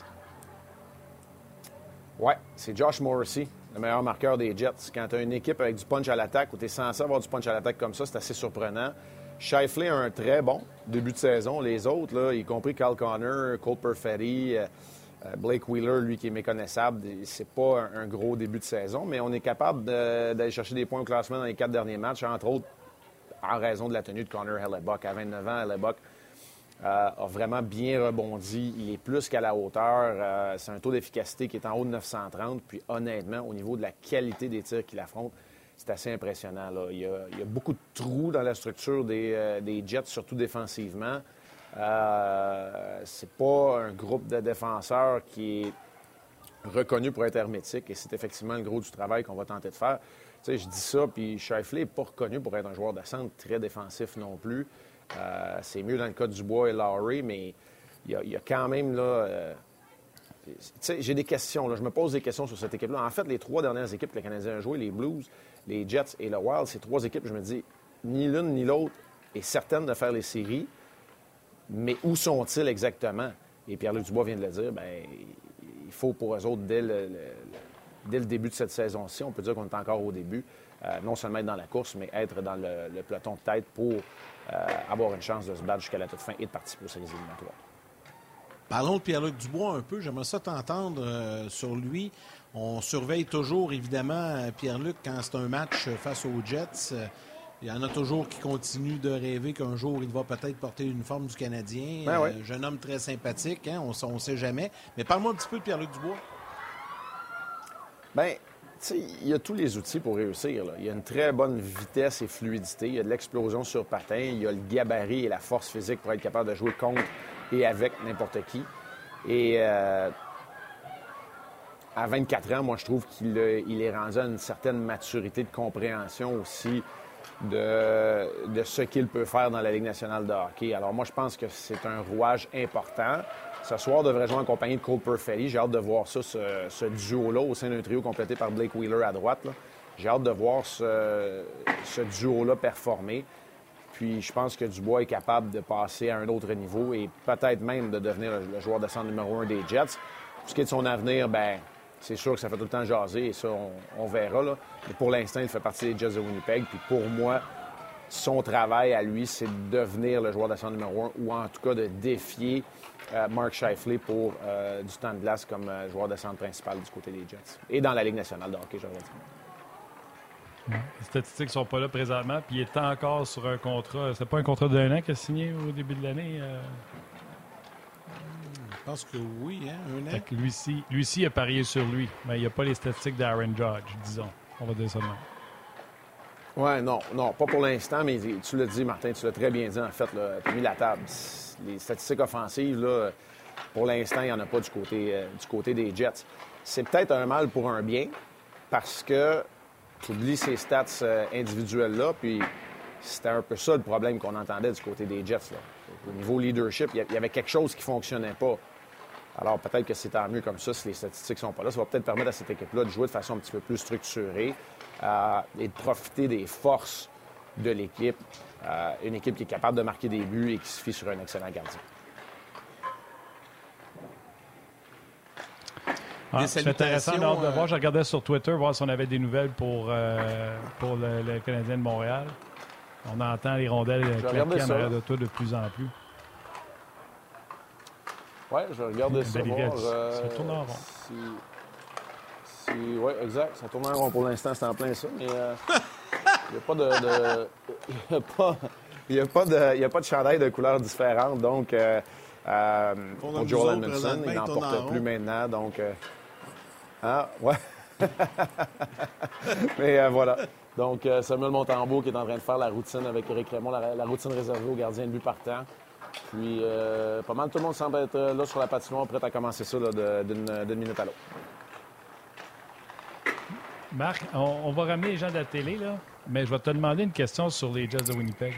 Oui, c'est Josh Morrissey, le meilleur marqueur des Jets. Quand tu as une équipe avec du punch à l'attaque, où tu es censé avoir du punch à l'attaque comme ça, c'est assez surprenant. Scheifele a un très bon début de saison. Les autres, là, y compris Kyle Connor, Cole Perfetti, Blake Wheeler, lui, qui est méconnaissable, c'est pas un gros début de saison, mais on est capable d'aller chercher des points au classement dans les 4 derniers matchs, entre autres en raison de la tenue de Connor Hellebuyck. À 29 ans, Hellebuyck a vraiment bien rebondi. Il est plus qu'à la hauteur. C'est un taux d'efficacité qui est en haut de 930. Puis honnêtement, au niveau de la qualité des tirs qu'il affronte, c'est assez impressionnant. Là. Il y a beaucoup de trous dans la structure des Jets, surtout défensivement. C'est pas un groupe de défenseurs qui est reconnu pour être hermétique et c'est effectivement le gros du travail qu'on va tenter de faire. Tu sais, je dis ça, puis Scheifele n'est pas reconnu pour être un joueur de centre très défensif non plus. C'est mieux dans le cas de Dubois et Lowry, mais il y a quand même, là... tu sais, j'ai des questions. Là. Je me pose des questions sur cette équipe-là. En fait, les 3 dernières équipes que les Canadiens ont jouées, les Blues, les Jets et le Wild, ces 3 équipes, je me dis, ni l'une ni l'autre est certaine de faire les séries. Mais où sont-ils exactement? Et Pierre-Luc Dubois vient de le dire, bien, il faut pour eux autres, dès le début de cette saison-ci, on peut dire qu'on est encore au début, non seulement être dans la course, mais être dans le peloton de tête pour avoir une chance de se battre jusqu'à la toute fin et de participer aux séries éliminatoires. Parlons de Pierre-Luc Dubois un peu. J'aimerais ça t'entendre sur lui. On surveille toujours, évidemment, Pierre-Luc, quand c'est un match face aux Jets. Il y en a toujours qui continuent de rêver qu'un jour, il va peut-être porter l'uniforme du Canadien. Ben oui. Jeune homme très sympathique, hein? On ne sait jamais. Mais parle-moi un petit peu de Pierre-Luc Dubois. Bien, tu sais, il y a tous les outils pour réussir. Là. Il y a une très bonne vitesse et fluidité. Il y a de l'explosion sur patin. Il y a le gabarit et la force physique pour être capable de jouer contre et avec n'importe qui. Et à 24 ans, moi, je trouve qu'il est rendu à une certaine maturité de compréhension aussi de ce qu'il peut faire dans la Ligue nationale de hockey. Alors moi, je pense que c'est un rouage important. Ce soir, devrait jouer en compagnie de Cole Perfetti. J'ai hâte de voir ça, ce duo-là, au sein d'un trio complété par Blake Wheeler à droite. Là. J'ai hâte de voir ce duo-là performer. Puis je pense que Dubois est capable de passer à un autre niveau et peut-être même de devenir le joueur de centre numéro 1 des Jets. Pour ce qui est de son avenir, bien, c'est sûr que ça fait tout le temps jaser et ça, on verra. Là. Mais pour l'instant, il fait partie des Jets de Winnipeg. Puis pour moi, son travail à lui, c'est de devenir le joueur de centre numéro 1 ou en tout cas de défier Mark Scheifele pour du temps de glace comme joueur de centre principal du côté des Jets. Et dans la Ligue nationale de hockey, j'aurais dit. Les statistiques ne sont pas là présentement, puis il est encore sur un contrat. C'est pas un contrat d'1 an qu'il a signé au début de l'année? Je pense que oui, hein, 1 an. Fait que lui-ci a parié sur lui, mais il n'y a pas les statistiques d'Aaron Judge, disons. On va dire ça de même. Oui, non, pas pour l'instant, mais tu l'as dit, Martin, tu l'as très bien dit, en fait, tu as mis la table. Les statistiques offensives, là, pour l'instant, il n'y en a pas du côté des Jets. C'est peut-être un mal pour un bien, parce que tu oublies ces stats individuelles-là, puis c'était un peu ça le problème qu'on entendait du côté des Jets. Là. Au niveau leadership, il y avait quelque chose qui ne fonctionnait pas. Alors peut-être que c'est tant mieux comme ça si les statistiques ne sont pas là. Ça va peut-être permettre à cette équipe-là de jouer de façon un petit peu plus structurée et de profiter des forces de l'équipe. Une équipe qui est capable de marquer des buts et qui se fie sur un excellent gardien. C'est intéressant de voir. Je regardais sur Twitter, voir si on avait des nouvelles pour le Canadien de Montréal. On entend les rondelles claquer en arrière de toi de plus en plus. Oui, je regarde ça. Ça tourne en rond. Oui, exact. Ça tourne en rond pour l'instant, c'est en plein ça. Mais il n'y a pas de... Il n'y a pas de chandail de couleurs différentes. Donc, pour Joel Edmondson, il n'en porte plus maintenant. Donc, ouais. Mais voilà. Donc, Samuel Montembeault qui est en train de faire la routine avec Éric Raymond, la routine réservée aux gardiens de but partant. Puis, pas mal tout le monde semble être là sur la patinoire, prêt à commencer ça d'une minute à l'autre. Marc, on va ramener les gens de la télé, là, mais je vais te demander une question sur les Jets de Winnipeg.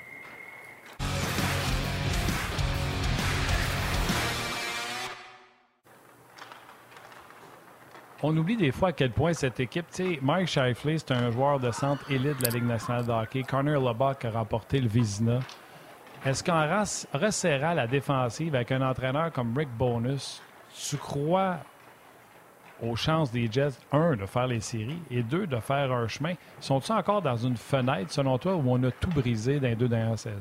On oublie des fois à quel point cette équipe, tu sais, Mike Scheifele, c'est un joueur de centre élite de la Ligue nationale de hockey. Connor Lubbock a remporté le Vizina. Est-ce qu'en resserrant la défensive avec un entraîneur comme Rick Bowness, tu crois aux chances des Jets, un, de faire les séries et deux, de faire un chemin? Sont-ils encore dans une fenêtre, selon toi, où on a tout brisé dans les 2 dernières saisons?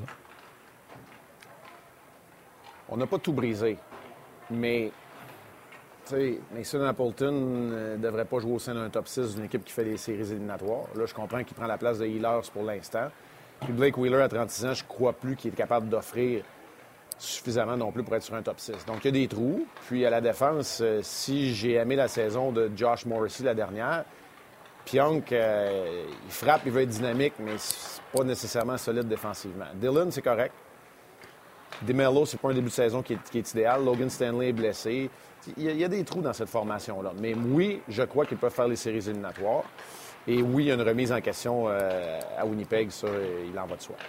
On n'a pas tout brisé, mais tu sais, Mason Appleton ne devrait pas jouer au sein d'un top 6 d'une équipe qui fait les séries éliminatoires. Là, je comprends qu'il prend la place de Ehlers pour l'instant. Puis Blake Wheeler, à 36 ans, je ne crois plus qu'il est capable d'offrir suffisamment non plus pour être sur un top 6. Donc, il y a des trous. Puis, à la défense, si j'ai aimé la saison de Josh Morrissey la dernière, Pionk, il frappe, il veut être dynamique, mais c'est pas nécessairement solide défensivement. Dillon, c'est correct. DeMello, c'est pas un début de saison qui est idéal. Logan Stanley est blessé. Il y a des trous dans cette formation-là. Mais oui, je crois qu'ils peuvent faire les séries éliminatoires. Et oui, il y a une remise en question à Winnipeg, ça, il en va de soi.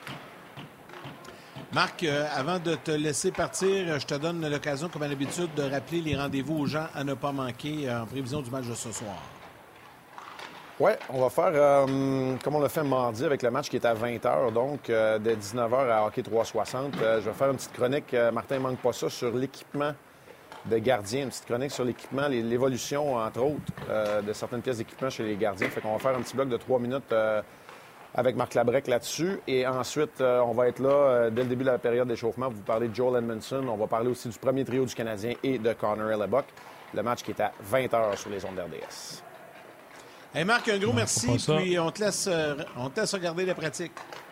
Marc, avant de te laisser partir, je te donne l'occasion, comme à l'habitude, de rappeler les rendez-vous aux gens à ne pas manquer en prévision du match de ce soir. Oui, on va faire comme on l'a fait mardi avec le match qui est à 20h, donc de 19h à Hockey 360. Je vais faire une petite chronique, Martin ne manque pas ça, sur l'équipement de gardiens, une petite chronique sur l'équipement, l'évolution, entre autres, de certaines pièces d'équipement chez les gardiens. Fait qu'on va faire un petit bloc de 3 minutes avec Marc Labrec là-dessus. Et ensuite, on va être là dès le début de la période d'échauffement pour vous parler de Joel Edmondson. On va parler aussi du premier trio du Canadien et de Connor Hellebuyck. Le match qui est à 20h sur les ondes d'RDS. Hey Marc, un gros merci, puis on te laisse regarder la pratique.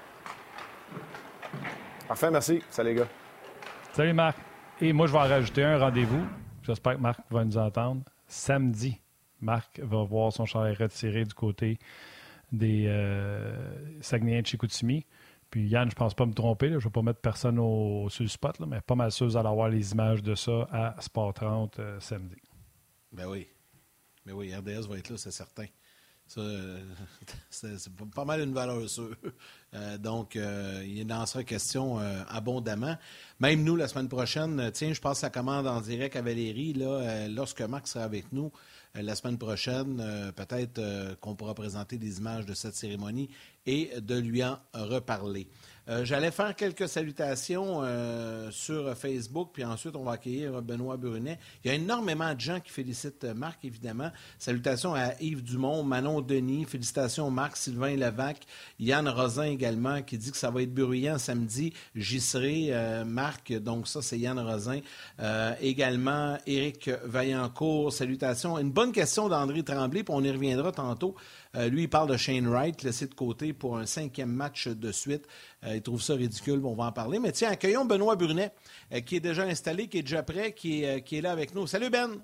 Parfait, merci. Salut les gars. Salut Marc. Et moi, je vais en rajouter un rendez-vous. J'espère que Marc va nous entendre. Samedi, Marc va voir son chandail retiré du côté des Saguenayens de Chicoutimi. Puis Yann, je pense pas me tromper, là, je ne vais pas mettre personne sur le spot, là, mais pas mal sûr, vous allez avoir les images de ça à Sport 30 samedi. Ben oui. Mais oui, RDS va être là, c'est certain. Ça, c'est pas mal une valeur sûre. Donc, il en sera question abondamment. Même nous, la semaine prochaine, tiens, je passe la commande en direct à Valérie. Là, lorsque Marc sera avec nous, la semaine prochaine, peut-être qu'on pourra présenter des images de cette cérémonie et de lui en reparler. J'allais faire quelques salutations sur Facebook, puis ensuite, on va accueillir Benoît Brunet. Il y a énormément de gens qui félicitent Marc, évidemment. Salutations à Yves Dumont, Manon Denis, félicitations Marc, Sylvain Levac, Yann Rosin également, qui dit que ça va être bruyant samedi. J'y serai, Marc, donc ça, c'est Yann Rosin. Également, Éric Vaillancourt, salutations. Une bonne question d'André Tremblay, puis on y reviendra tantôt. Lui, il parle de Shane Wright, laissé de côté pour un 5e match de suite. Il trouve ça ridicule, on va en parler. Mais tiens, accueillons Benoît Brunet, qui est déjà installé, qui est déjà prêt, qui est là avec nous. Salut Ben!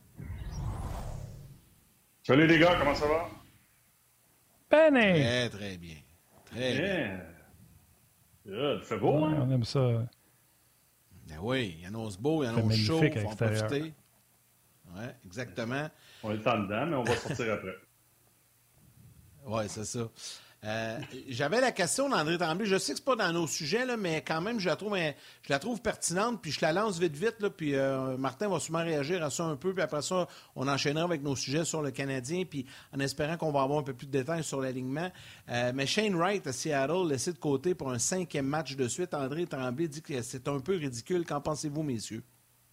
Salut les gars, comment ça va? Ben! Très, très bien. Très bien. Il fait beau, hein? On aime ça. Ben oui, il annonce beau, il annonce chaud, il faut en profiter. Oui, exactement. On est en dedans, mais on va sortir après. Oui, c'est ça. J'avais la question d'André Tremblay. Je sais que ce n'est pas dans nos sujets, là, mais quand même, je la trouve pertinente, puis je la lance vite, là, puis Martin va sûrement réagir à ça un peu, puis après ça, on enchaînera avec nos sujets sur le Canadien, puis en espérant qu'on va avoir un peu plus de détails sur l'alignement. Mais Shane Wright à Seattle, laissé de côté pour un 5e match de suite, André Tremblay dit que c'est un peu ridicule. Qu'en pensez-vous, messieurs?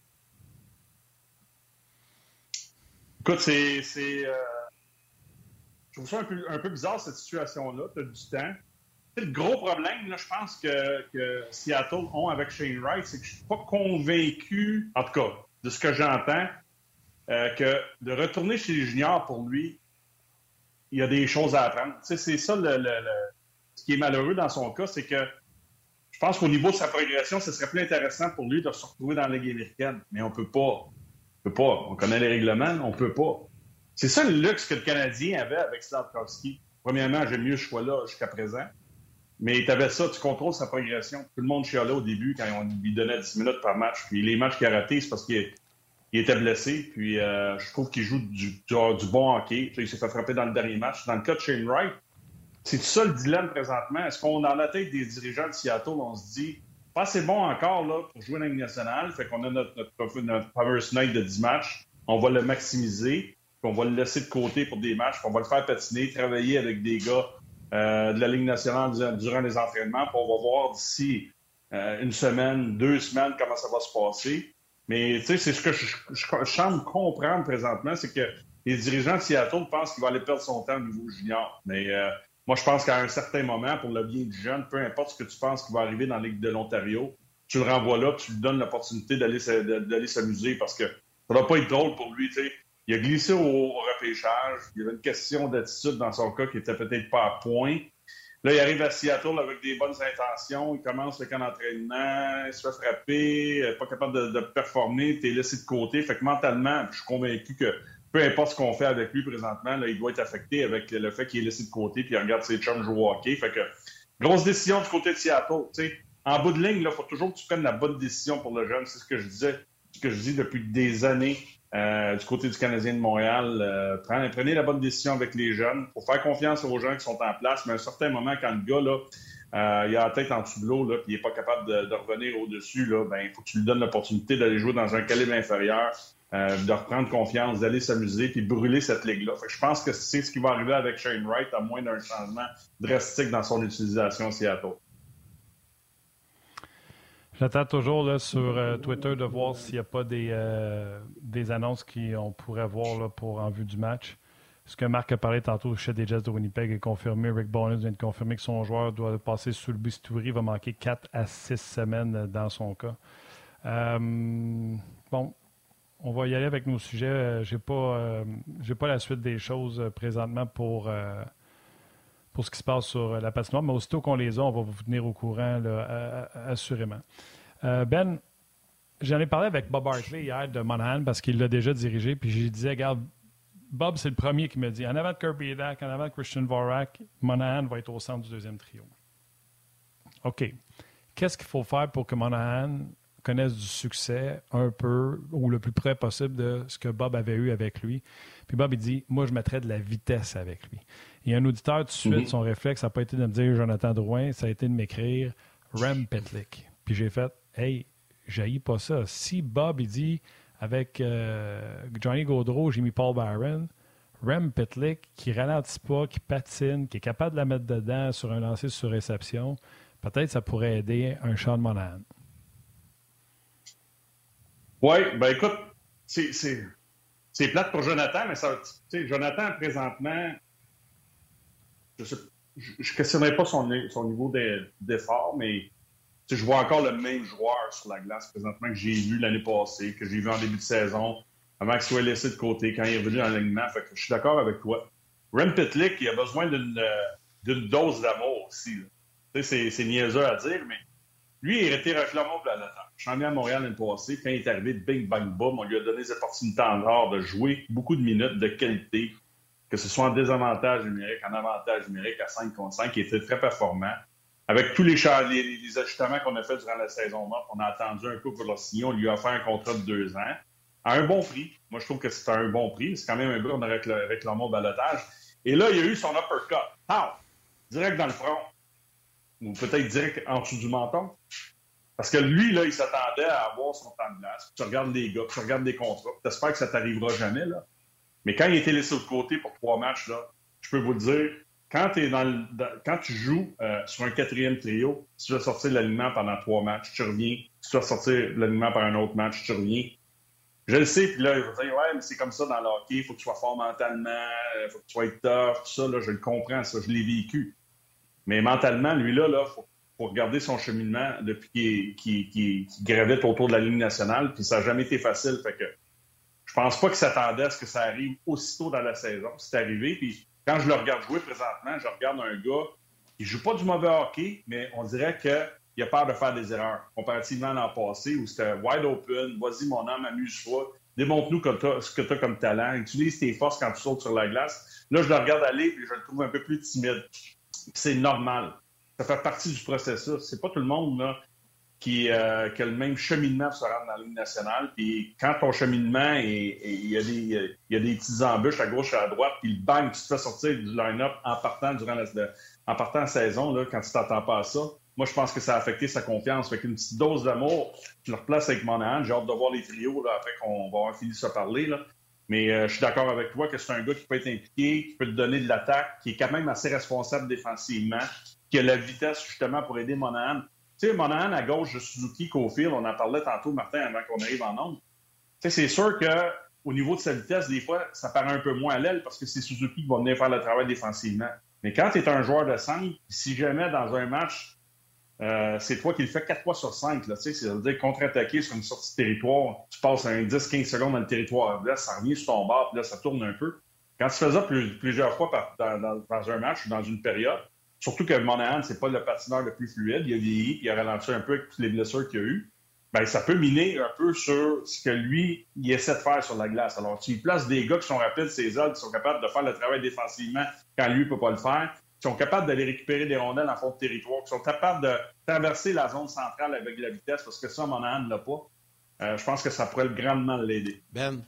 Écoute, je trouve ça un peu bizarre, cette situation-là. Tu as du temps. Le gros problème, là, je pense que Seattle ont avec Shane Wright, c'est que je ne suis pas convaincu, en tout cas, de ce que j'entends, que de retourner chez les juniors, pour lui, il y a des choses à apprendre. Tu sais, c'est ça, ce qui est malheureux dans son cas, c'est que je pense qu'au niveau de sa progression, ce serait plus intéressant pour lui de se retrouver dans la Ligue américaine. Mais on ne peut pas. On connaît les règlements, on ne peut pas. C'est ça le luxe que le Canadien avait avec Slavkovski. Premièrement, j'aime mieux ce choix-là jusqu'à présent. Mais tu avais ça, tu contrôles sa progression. Tout le monde chialait au début quand on lui donnait 10 minutes par match. Puis les matchs qu'il a ratés, c'est parce qu'il il était blessé, puis je trouve qu'il joue du bon hockey. Il s'est fait frapper dans le dernier match. Dans le cas de Shane Wright, c'est ça le dilemme présentement. Est-ce qu'on, dans la tête des dirigeants de Seattle, on se dit pas assez bon encore là, pour jouer dans la Ligue nationale, fait qu'on a notre Power Night de 10 matchs, on va le maximiser, puis on va le laisser de côté pour des matchs, puis on va le faire patiner, travailler avec des gars de la Ligue nationale durant les entraînements, puis on va voir d'ici une semaine, 2 semaines, comment ça va se passer. Mais tu sais, c'est ce que je semble comprendre présentement, c'est que les dirigeants de Seattle pensent qu'il va aller perdre son temps au niveau junior. Mais moi, je pense qu'à un certain moment, pour le bien du jeune, peu importe ce que tu penses qui va arriver dans la Ligue de l'Ontario, tu le renvoies là, puis tu lui donnes l'opportunité d'aller s'amuser parce que ça va pas être drôle pour lui. Tu sais. Il a glissé au repêchage. Il y avait une question d'attitude dans son cas qui était peut-être pas à point. Là, il arrive à Seattle avec des bonnes intentions. Il commence le camp d'entraînement, il se fait frapper, pas capable de performer, t'es laissé de côté. Fait que mentalement, je suis convaincu que peu importe ce qu'on fait avec lui présentement, là, il doit être affecté avec le fait qu'il est laissé de côté puis il regarde ses chums jouer au hockey. Fait que, grosse décision du côté de Seattle. T'sais. En bout de ligne, il faut toujours que tu prennes la bonne décision pour le jeune. C'est ce que je disais, ce que je dis depuis des années du côté du Canadien de Montréal. Prenez la bonne décision avec les jeunes. Il faut faire confiance aux gens qui sont en place, mais à un certain moment, quand le gars, là, il a la tête en dessous de l'eau, là, puis il n'est pas capable de revenir au-dessus, là, ben, il faut que tu lui donnes l'opportunité d'aller jouer dans un calibre inférieur, de reprendre confiance, d'aller s'amuser, puis brûler cette ligue-là. Fait que je pense que c'est ce qui va arriver avec Shane Wright, à moins d'un changement drastique dans son utilisation à Seattle. J'attends toujours là, sur Twitter de voir s'il n'y a pas des annonces qu'on pourrait voir là, pour en vue du match. Ce que Marc a parlé tantôt, le chef des Jets de Winnipeg est confirmé. Rick Bowness vient de confirmer que son joueur doit passer sous le bistouri. Il va manquer 4 à 6 semaines dans son cas. Bon, on va y aller avec nos sujets. J'ai pas la suite des choses présentement pour ce qui se passe sur la patinoire, mais aussitôt qu'on les a, on va vous tenir au courant, là, assurément. Ben, j'en ai parlé avec Bob Hartley hier de Monahan parce qu'il l'a déjà dirigé, puis je lui disais, regarde, Bob, c'est le premier qui me dit, en avant de Kirby Dach, en avant de Christian Dvorak, Monahan va être au centre du deuxième trio. OK. Qu'est-ce qu'il faut faire pour que Monahan connaisse du succès un peu ou le plus près possible de ce que Bob avait eu avec lui? Puis Bob, il dit, moi, je mettrais de la vitesse avec lui. Il y a un auditeur, tout de suite, son réflexe, ça n'a pas été de me dire Jonathan Drouin, ça a été de m'écrire Rem Pitlick. Puis j'ai fait, hey, j'haïs pas ça. Si Bob, il dit, avec Johnny Gaudreau, j'ai mis Paul Byron, Rem Pitlick, qui ralentit pas, qui patine, qui est capable de la mettre dedans sur un lancer sur réception, peut-être ça pourrait aider un Sean Monahan. Oui, ben écoute, c'est plate pour Jonathan, mais ça, Jonathan, présentement, je ne questionnerai pas son niveau d'effort, mais je vois encore le même joueur sur la glace présentement que j'ai vu l'année passée, que j'ai vu en début de saison, avant qu'il soit laissé de côté, quand il est revenu dans l'alignement. Fait que je suis d'accord avec toi. Rem Pitlick, il a besoin d'une dose d'amour aussi. C'est niaiseux à dire, mais lui, il a été réclamé au balotage. Champion à Montréal l'année passée, quand il est arrivé de bing, bang, boom, on lui a donné des opportunités en or de jouer beaucoup de minutes de qualité, que ce soit en désavantage numérique, en avantage numérique à 5 contre 5, qui était très performant. Avec tous les ajustements qu'on a fait durant la saison morte, on a attendu un peu pour leur signer. On lui a offert un contrat de 2 ans à un bon prix. Moi, je trouve que c'est un bon prix. C'est quand même un gars qu'on a réclamé au balotage. Et là, il y a eu son uppercut. Pow! Direct dans le front. Ou peut-être direct en dessous du menton. Parce que lui, là, il s'attendait à avoir son temps de glace. Tu regardes les gars, tu regardes les contrats. Tu espères que ça t'arrivera jamais, là. Mais quand il a été laissé de côté pour 3 matchs, là, je peux vous le dire, quand tu joues sur un 4e trio, tu dois sortir de l'alignement pendant 3 matchs, tu reviens. Tu dois sortir de l'alignement par un autre match, tu reviens. Je le sais, puis là, il va dire, ouais, mais c'est comme ça dans le hockey, il faut que tu sois fort mentalement, il faut que tu sois tough, tout ça, là, je le comprends, ça, je l'ai vécu. Mais mentalement, lui, là, faut regarder son cheminement depuis qu'il gravite autour de la ligne nationale, puis ça n'a jamais été facile. Fait que je pense pas qu'il s'attendait à ce que ça arrive aussitôt dans la saison. C'est arrivé, puis quand je le regarde jouer présentement, je regarde un gars qui joue pas du mauvais hockey, mais on dirait qu'il a peur de faire des erreurs, comparativement à l'an passé, où c'était wide open, vas-y mon homme, amuse-toi, démontre-nous ce que tu as comme talent, utilise tes forces quand tu sautes sur la glace. Là, je le regarde aller, puis je le trouve un peu plus timide. C'est normal. Ça fait partie du processus. C'est pas tout le monde là, qui a le même cheminement pour se rendre dans la Ligue nationale. Puis quand ton cheminement, il y a des petites embûches à gauche et à droite, puis bang, tu te fais sortir du line-up en partant en saison, là, quand tu t'attends pas à ça. Moi, je pense que ça a affecté sa confiance. Fait qu'une petite dose d'amour, je le replace avec Monahan. J'ai hâte de voir les trios là, après qu'on va avoir fini de se parler. Là. Mais je suis d'accord avec toi que c'est un gars qui peut être impliqué, qui peut te donner de l'attaque, qui est quand même assez responsable défensivement, qui a la vitesse justement pour aider Monahan. Tu sais, Monahan à gauche de Suzuki, Caulfield, on en parlait tantôt, Martin, avant qu'on arrive en nombre. Tu sais, c'est sûr qu'au niveau de sa vitesse, des fois, ça paraît un peu moins à l'aile parce que c'est Suzuki qui va venir faire le travail défensivement. Mais quand tu es un joueur de 5, si jamais dans un match, c'est toi qui le fais 4 fois sur 5. Là, c'est-à-dire contre-attaquer sur une sortie de territoire, tu passes un 10-15 secondes dans le territoire. Là, ça revient sur ton bord, puis là, ça tourne un peu. Quand tu fais ça plusieurs fois dans un match ou dans une période, surtout que Monahan, c'est pas le patineur le plus fluide, il a vieilli, puis il a ralenti un peu avec toutes les blessures qu'il y a eu, bien, ça peut miner un peu sur ce que lui, il essaie de faire sur la glace. Alors, tu y places des gars qui sont rapides, ses ailes, qui sont capables de faire le travail défensivement quand lui ne peut pas le faire, qui sont capables d'aller récupérer des rondelles en fond de territoire, qui sont capables de traverser la zone centrale avec de la vitesse, parce que ça, Monahan ne l'a pas. Je pense que ça pourrait grandement l'aider. Ben,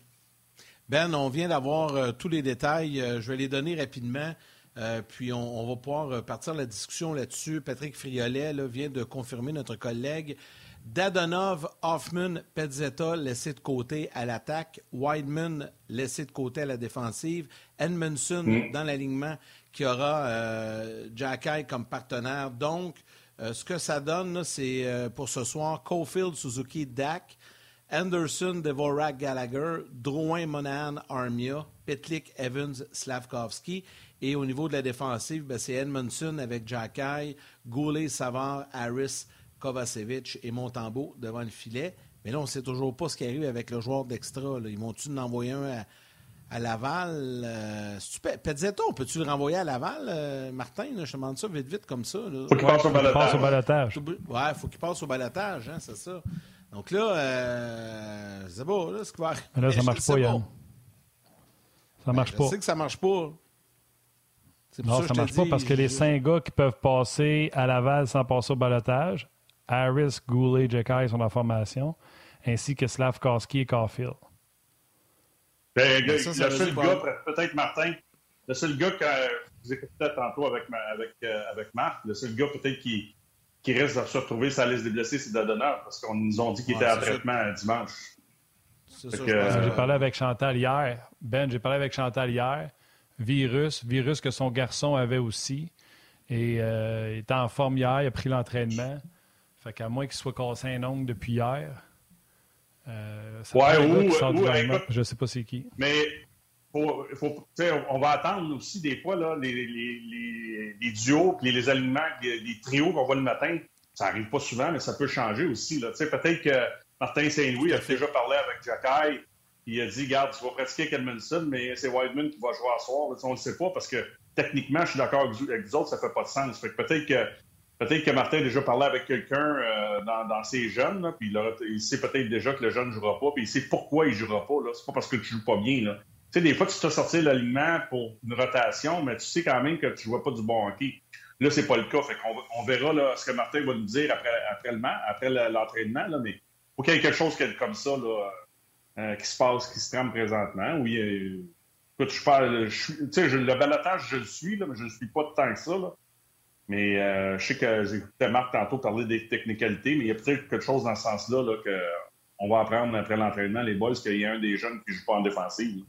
on vient d'avoir tous les détails. Je vais les donner rapidement. Puis on va pouvoir partir la discussion là-dessus. Patrick Friolet là, vient de confirmer notre collègue. Dadonov, Hoffman, Pezzetta laissés de côté à l'attaque. Wideman laissé de côté à la défensive. Edmundson dans l'alignement qui aura Jacky comme partenaire. Donc, ce que ça donne, là, c'est pour ce soir Caulfield, Suzuki, Dak, Anderson, Dvorak, Gallagher, Drouin, Monahan, Armia, Pitlick, Evans, Slavkovski. Et au niveau de la défensive, ben, c'est Edmundson avec Jacky, Goulet, Savard, Harris, Kovacevic et Montembeault devant le filet. Mais là, on ne sait toujours pas ce qui arrive avec le joueur d'extra. Là. Ils vont-tu en envoyer un à Laval? Pezzetta, peux-tu le renvoyer à Laval, Martin? Là, je te demande ça vite comme ça. Il faut qu'il passe au balotage. Oui, il faut qu'il passe au balotage, hein, c'est ça. Donc là, c'est beau, là, ce qui va arriver. Mais là, ça ne marche pas, Yann. Ça marche pas. Je sais que ça ne marche pas. Non, ça ne marche pas parce que les 5 gars qui peuvent passer à Laval sans passer au balotage, Harris, Goulet, Jacky sont en formation, ainsi que Slavkovski et Caulfield. Le seul gars, peut-être Martin, le seul gars que vous écoutez tantôt avec Marc, le seul gars peut-être qui risque de se retrouver sur la liste des blessés, c'est Dadonov, parce qu'on nous ont dit qu'il était en traitement dimanche. J'ai parlé avec Chantal hier. J'ai parlé avec Chantal hier. Virus que son garçon avait aussi. Et il était en forme hier, il a pris l'entraînement. Fait qu'à moins qu'il soit cassé un ongle depuis hier. Je ne sais pas c'est qui. Mais on va attendre aussi des fois là, les duos et les alignements, les trios qu'on voit le matin. Ça n'arrive pas souvent, mais ça peut changer aussi. Là. Peut-être que Martin Saint-Louis a déjà parlé avec Jacky. Il a dit, regarde, tu vas pratiquer avec Edmundson, mais c'est Wideman qui va jouer à soir. Là, on ne le sait pas parce que techniquement, je suis d'accord avec vous autres, ça ne fait pas de sens. Fait que peut-être que Martin a déjà parlé avec quelqu'un dans ses jeunes, là, puis il sait peut-être déjà que le jeune ne jouera pas, puis il sait pourquoi il ne jouera pas. C'est pas parce que tu ne joues pas bien. Là. Tu sais, des fois, tu t'as sorti l'alignement pour une rotation, mais tu sais quand même que tu ne joues pas du bon hockey. Là, c'est pas le cas. Fait qu'on verra là, ce que Martin va nous dire après l'entraînement, là, mais il faut qu'il y ait quelque chose comme ça là, qui se passe, qui se trame présentement. Oui, écoute, le balotage, je le suis, là, mais je ne le suis pas tant que ça. Là. Mais je sais que j'écoutais Marc tantôt parler des technicalités, mais il y a peut-être quelque chose dans ce sens-là là, qu'on va apprendre après l'entraînement, les boys, qu'il y a un des jeunes qui ne joue pas en défensive.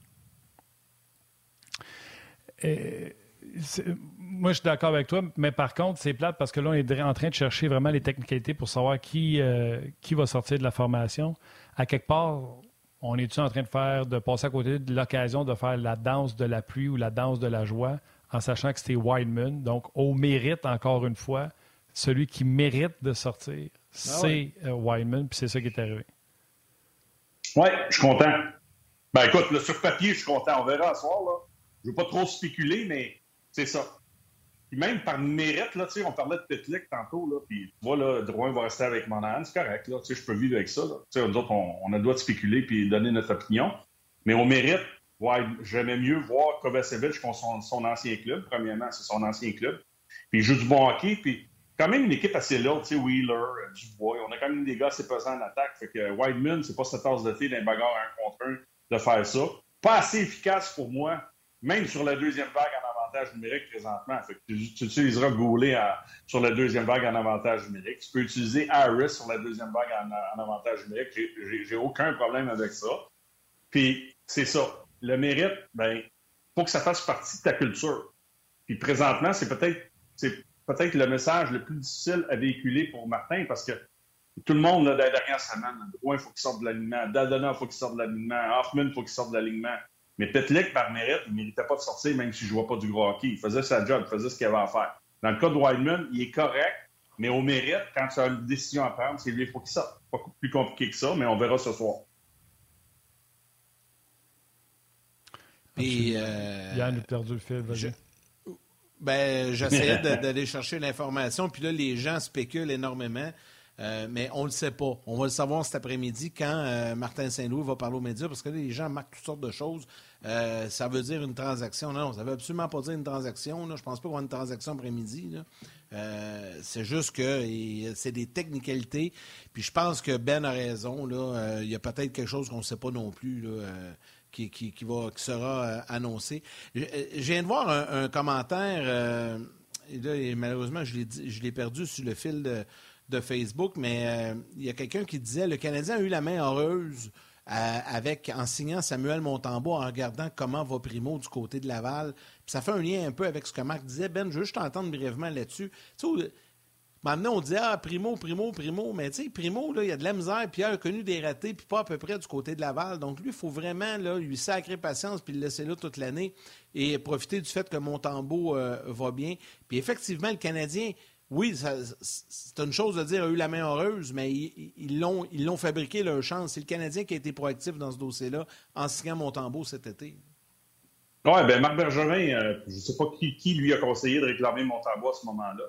Moi, je suis d'accord avec toi, mais par contre, c'est plate parce que là, on est en train de chercher vraiment les technicalités pour savoir qui va sortir de la formation. À quelque part, on est-tu en train de passer à côté de l'occasion de faire la danse de la pluie ou la danse de la joie en sachant que c'était Wideman. Donc, au mérite, encore une fois, celui qui mérite de sortir, c'est Wideman, puis c'est ça qui est arrivé. Oui, je suis content. Ben écoute, là, sur papier, je suis content. On verra ce soir. Là. Je ne veux pas trop spéculer, mais c'est ça. Puis même par mérite, là, on parlait de Pitlick tantôt, là, puis tu vois, là, Drouin va rester avec Monahan, c'est correct, là, je peux vivre avec ça. Là. Nous autres, on a le droit de spéculer puis donner notre opinion. Mais au mérite, j'aimais mieux voir Kovacevic contre son ancien club. Premièrement, c'est son ancien club. Puis il joue du bon hockey. Puis quand même une équipe assez lourde, tu sais, Wheeler, Dubois, on a quand même des gars assez pesants en attaque. Fait que Wideman, c'est pas sa tasse de thé d'un bagarre 1 contre 1 de faire ça. Pas assez efficace pour moi, même sur la deuxième vague en avantage numérique présentement. Fait que tu utiliseras Goulet sur la deuxième vague en avantage numérique. Tu peux utiliser Harris sur la deuxième vague en avantage numérique. J'ai aucun problème avec ça. Puis, c'est ça. Le mérite, ben, faut que ça fasse partie de ta culture. Puis présentement, c'est peut-être le message le plus difficile à véhiculer pour Martin parce que tout le monde, là, dans la dernière semaine, Drouin, il faut qu'il sorte de l'alignement. Daldona, il faut qu'il sorte de l'alignement. Hoffman, il faut qu'il sorte de l'alignement. Mais Pitlick, par mérite, il ne méritait pas de sortir même s'il ne jouait pas du gros hockey. Il faisait sa job, il faisait ce qu'il avait à faire. Dans le cas de Wideman, il est correct, mais au mérite, quand tu as une décision à prendre, c'est lui, il faut qu'il sorte. Pas plus compliqué que ça, mais on verra ce soir. Puis, Yann a perdu le fil, vas-y. J'essayais d'aller chercher l'information, puis là, les gens spéculent énormément, mais on ne le sait pas. On va le savoir cet après-midi quand Martin Saint-Louis va parler aux médias, parce que là, les gens marquent toutes sortes de choses. Ça veut dire une transaction. Non, ça ne veut absolument pas dire une transaction. Là. Je pense pas qu'on va une transaction après-midi. C'est juste que c'est des technicalités. Puis je pense que Ben a raison. Il y a peut-être quelque chose qu'on ne sait pas non plus, là, qui sera annoncé. Je viens de voir un commentaire, et là, malheureusement, je l'ai perdu sur le fil de Facebook, mais il y a quelqu'un qui disait « Le Canadien a eu la main heureuse en signant Samuel Montembeault, en regardant comment va Primo du côté de Laval. » Puis ça fait un lien un peu avec ce que Marc disait. Ben, je veux juste t'entendre brièvement là-dessus. Tu sais, maintenant, on dit « Ah, Primo, mais tu sais, Primo, là, il y a de la misère, Pierre a connu des ratés, puis pas à peu près du côté de Laval. Donc, lui, il faut vraiment là, lui sacrer patience, puis le laisser là toute l'année, et profiter du fait que Montembeault va bien. Puis effectivement, le Canadien, oui, c'est une chose de dire « a eu la main heureuse », mais ils l'ont fabriqué leur chance. C'est le Canadien qui a été proactif dans ce dossier-là, en signant Montembeault cet été. Oui, bien, Marc Bergevin, je ne sais pas qui lui a conseillé de réclamer Montembeault à ce moment-là.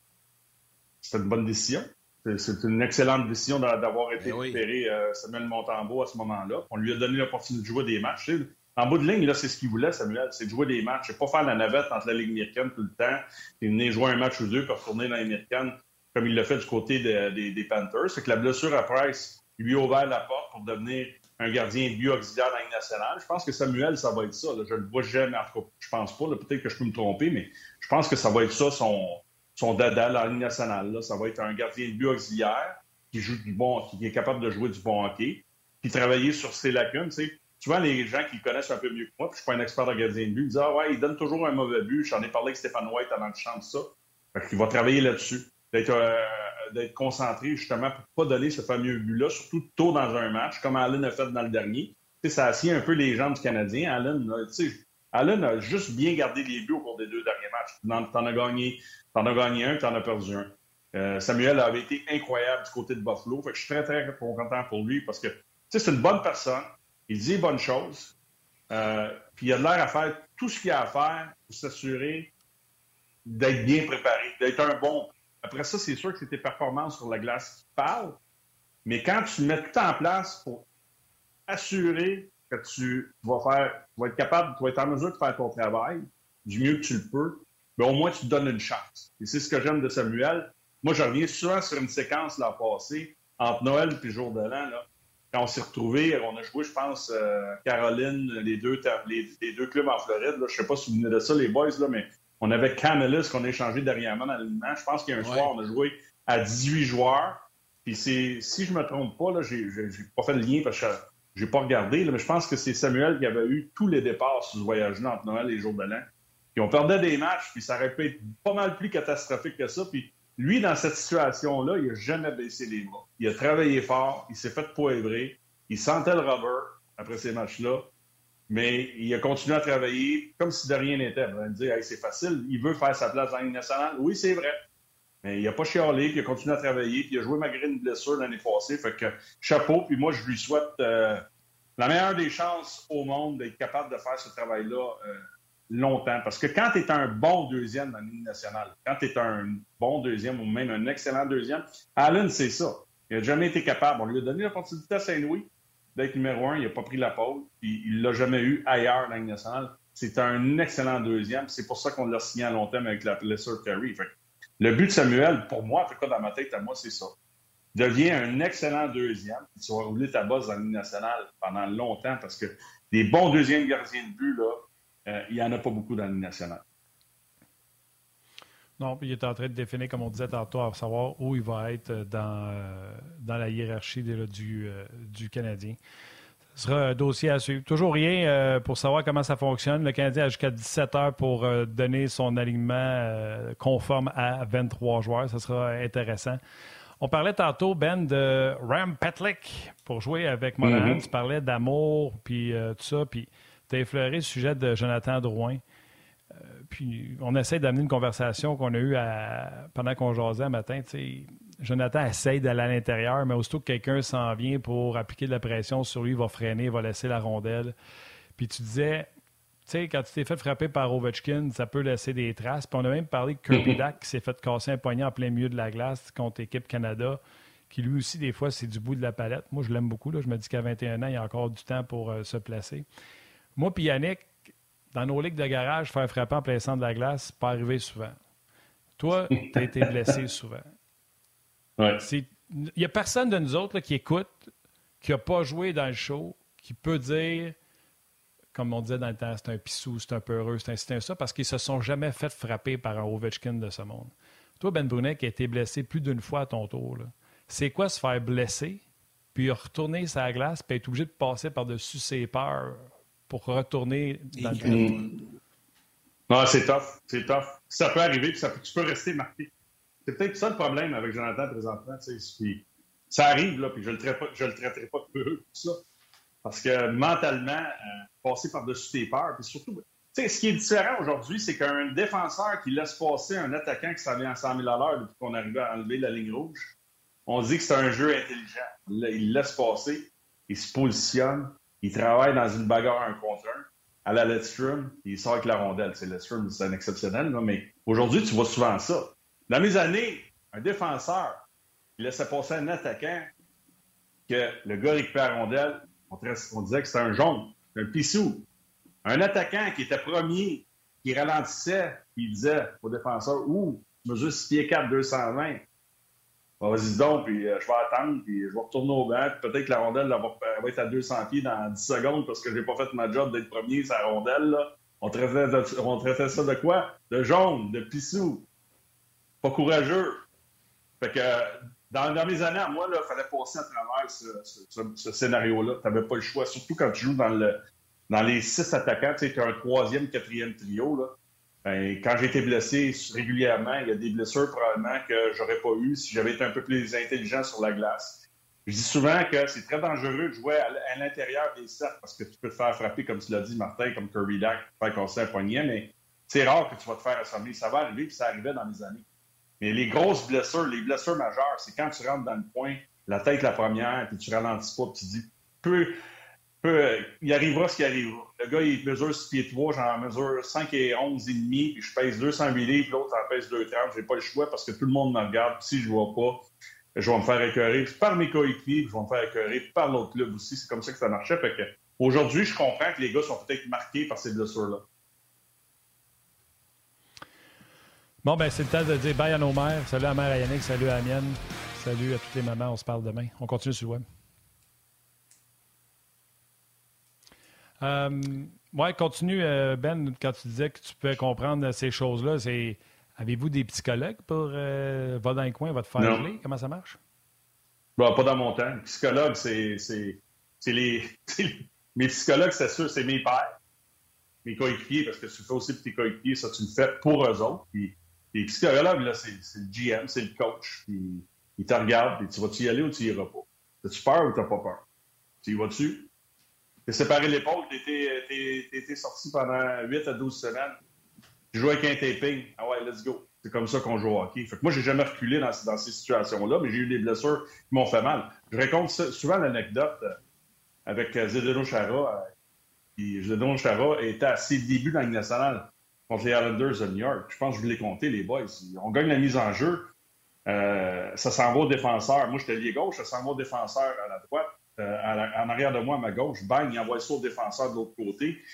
C'était une bonne décision. C'est une excellente décision d'avoir été récupéré Samuel Montembeault à ce moment-là. On lui a donné l'opportunité de jouer des matchs. En bout de ligne, là, c'est ce qu'il voulait, Samuel, c'est de jouer des matchs. C'est pas faire la navette entre la Ligue américaine tout le temps, et venir jouer un match ou deux, puis retourner dans l'américaine, comme il l'a fait du côté des Panthers. C'est que la blessure à Price lui a ouvert la porte pour devenir un gardien de but auxiliaire dans la Ligue nationale. Je pense que Samuel, ça va être ça. Là. Je ne le vois jamais, en tout cas, je pense pas. Là, peut-être que je peux me tromper, mais je pense que ça va être ça, son dada dans la Ligue nationale. Là. Ça va être un gardien de but auxiliaire qui joue qui est capable de jouer du bon hockey, puis travailler sur ses lacunes. Tu sais. Souvent, les gens qui le connaissent un peu mieux que moi, puis je suis pas un expert de gardien de but, ils disent « Ah ouais, il donne toujours un mauvais but. » J'en ai parlé avec Stéphane White avant que je chante ça. Fait qu'il va travailler là-dessus. D'être concentré, justement, pour pas donner ce fameux but-là, surtout tôt dans un match, comme Allen a fait dans le dernier. Tu sais, ça assied un peu les jambes du Canadien. Allen a juste bien gardé les buts au cours des 2 derniers matchs. T'en as gagné un, t'en as perdu un. Samuel avait été incroyable du côté de Buffalo. Fait que je suis très, très content pour lui parce que c'est une bonne personne. Il dit les bonnes choses. Puis il a l'air à faire tout ce qu'il a à faire pour s'assurer d'être bien préparé, d'être un bon. Après ça, c'est sûr que c'est tes performances sur la glace qui parlent. Mais quand tu mets tout en place pour assurer que tu vas être capable, tu vas être en mesure de faire ton travail du mieux que tu le peux, bien, au moins tu te donnes une chance. Et c'est ce que j'aime de Samuel. Moi, je reviens souvent sur une séquence l'an passé, entre Noël et le jour de l'an, là. Quand on s'est retrouvés, on a joué, je pense, Caroline, les deux clubs en Floride. Là. Je ne sais pas si vous venez de ça, les boys, là, mais on avait Cam Ellis qu'on a échangé dernièrement dans l'alignement. Je pense qu'il y a un soir, on a joué à 18 joueurs. Puis si je ne me trompe pas, là, j'ai pas fait le lien parce que je n'ai pas regardé, là, mais je pense que c'est Samuel qui avait eu tous les départs sur ce voyage-là entre Noël et les jours de l'an. Puis on perdait des matchs, puis ça aurait pu être pas mal plus catastrophique que ça. Puis lui, dans cette situation-là, il n'a jamais baissé les bras. Il a travaillé fort, il s'est fait poivrer, il sentait le rubber après ces matchs-là, mais il a continué à travailler comme si de rien n'était. On va me dire, hey, c'est facile, il veut faire sa place dans la Ligue nationale. Oui, c'est vrai. Mais il n'a pas chialé, puis il a continué à travailler, puis il a joué malgré une blessure l'année passée. Fait que chapeau, puis moi, je lui souhaite la meilleure des chances au monde d'être capable de faire ce travail-là longtemps. Parce que quand tu es un bon deuxième dans la Ligue nationale, quand tu es un bon deuxième ou même un excellent deuxième, Allen, c'est ça. Il n'a jamais été capable. On lui a donné l'opportunité à Saint-Louis d'être numéro 1. Il n'a pas pris la pole. Puis il ne l'a jamais eu ailleurs dans la Ligue nationale. C'est un excellent deuxième. C'est pour ça qu'on l'a signé à long terme avec la blessure Terry. Le but de Samuel, pour moi, en tout cas dans ma tête, à moi, c'est ça. Deviens un excellent deuxième, puis tu vas rouler ta bosse dans la Ligue nationale pendant longtemps, parce que des bons deuxièmes gardiens de but, là, il n'y en a pas beaucoup dans la Ligue nationale. Non, puis il est en train de définir, comme on disait tantôt, à savoir où il va être dans la hiérarchie du Canadien. Ce sera un dossier à suivre. Toujours rien pour savoir comment ça fonctionne. Le Canadien a jusqu'à 17 heures pour donner son alignement conforme à 23 joueurs. Ça sera intéressant. On parlait tantôt, Ben, de Rem Pitlick pour jouer avec Monahan. Tu parlais d'amour, puis tout ça. Puis tu as effleuré le sujet de Jonathan Drouin. Puis on essaie d'amener une conversation qu'on a eue pendant qu'on jasait un matin. T'sais, Jonathan essaie d'aller à l'intérieur, mais aussitôt que quelqu'un s'en vient pour appliquer de la pression sur lui, il va freiner, il va laisser la rondelle. Puis tu disais, tu sais, quand tu t'es fait frapper par Ovechkin, ça peut laisser des traces. Puis on a même parlé de Kirby Dach qui s'est fait casser un poignet en plein milieu de la glace contre l'équipe Canada, qui lui aussi, des fois, c'est du bout de la palette. Moi, je l'aime beaucoup. Là. Je me dis qu'à 21 ans, il y a encore du temps pour se placer. Moi puis Yannick, dans nos ligues de garage, faire frapper en plein centre de la glace, c'est pas arrivé souvent. Toi, tu as été blessé souvent. Ouais. Il n'y a personne de nous autres là, qui écoute, qui n'a pas joué dans le show, qui peut dire, comme on disait dans le temps, c'est un pissou, c'est un peureux, c'est un ça, parce qu'ils se sont jamais fait frapper par un Ovechkin de ce monde. Toi, Ben Brunet, qui a été blessé plus d'une fois à ton tour, là, c'est quoi se faire blesser, puis retourner sur la glace, puis être obligé de passer par-dessus ses peurs pour retourner dans le terrain? Non, c'est tough. C'est tough. Ça peut arriver, puis tu peux rester marqué. C'est peut-être ça le problème avec Jonathan présentement. Puis, ça arrive, là, puis je le traiterai pas de peureux pour ça. Parce que mentalement, passer par-dessus tes peurs, puis surtout, ce qui est différent aujourd'hui, c'est qu'un défenseur qui laisse passer un attaquant qui s'en vient à 100 000 à l'heure depuis qu'on arrivait à enlever la ligne rouge, on dit que c'est un jeu intelligent. Il laisse passer, il se positionne, il travaille dans une bagarre un contre un. À la Lidstrom, il sort avec la rondelle. C'est Lidstrom, c'est un exceptionnel, là, mais aujourd'hui, tu vois souvent ça. Dans mes années, un défenseur, il laissait passer un attaquant que le gars récupère la rondelle, on disait que c'était un jaune, un pissou. Un attaquant qui était premier, qui ralentissait, puis il disait au défenseur, « Ouh, tu mesures 6 pieds 4, 220. Vas-y donc, puis je vais attendre, puis je vais retourner au banc, puis peut-être que la rondelle elle va être à 200 pieds dans 10 secondes parce que j'ai pas fait ma job d'être premier sur la rondelle. Là. On traitait ça de quoi? De jaune, de pissou. Pas courageux. Fait que dans mes années à moi, il fallait passer à travers ce scénario-là. Tu n'avais pas le choix, surtout quand tu joues dans les 6 attaquants, tu sais, tu as un 3e, 4e trio, là. Ben, quand j'ai été blessé régulièrement, il y a des blessures probablement que j'aurais pas eues si j'avais été un peu plus intelligent sur la glace. Je dis souvent que c'est très dangereux de jouer à l'intérieur des cercles parce que tu peux te faire frapper, comme tu l'as dit, Martin, comme Kirby Dach, faire casser un poignet, mais c'est rare que tu vas te faire assommer. Ça va arriver, puis ça arrivait dans mes années. Mais les grosses blessures, les blessures majeures, c'est quand tu rentres dans le point, la tête la première, puis tu ralentis pas, puis tu dis, il arrivera ce qui arrivera. Le gars, il mesure 6 pieds 3, j'en mesure 5 et 11 et demi, puis je pèse 208 livres, l'autre en pèse 230. J'ai pas le choix parce que tout le monde me regarde. Puis si je vois pas, je vais me faire écœurer par mes coéquipiers, puis je vais me faire écœurer par l'autre club aussi. C'est comme ça que ça marchait. Fait que aujourd'hui, je comprends que les gars sont peut-être marqués par ces blessures-là. Bon, ben c'est le temps de dire bye à nos mères. Salut à la mère à Yannick, salut à la mienne. Salut à toutes les mamans. On se parle demain. On continue sur le web. Oui, continue, Ben, quand tu disais que tu pouvais comprendre ces choses-là. Avez-vous des psychologues pour va dans les coins, va te faire geler? Comment ça marche? Bon, pas dans mon temps. Psychologue, mes psychologues, c'est sûr, c'est mes pères, mes coéquipiers, parce que tu le fais aussi pour tes coéquipiers, ça, tu le fais pour eux autres. Puis les psychologues, là, c'est le GM, c'est le coach. Puis ils te regardent, puis tu vas-tu y aller ou tu y iras pas? As-tu peur ou t'as pas peur? Tu y vas-tu? T'es séparé l'épaule, t'es sorti pendant 8 à 12 semaines. Tu joues avec un taping. Ah ouais, let's go. C'est comme ça qu'on joue au hockey. Fait que moi, j'ai jamais reculé dans ces situations-là, mais j'ai eu des blessures qui m'ont fait mal. Je raconte souvent l'anecdote avec Zdeno Chara. Zdeno Chara était à ses débuts dans la Ligue nationale contre les Islanders de New York. Je pense que je vous l'ai compté, les boys. On gagne la mise en jeu. Ça s'en va au défenseur. Moi, j'étais lié gauche. Ça s'en va au défenseur à la droite. En arrière de moi, à ma gauche, bang, il envoie ça au défenseur de l'autre côté.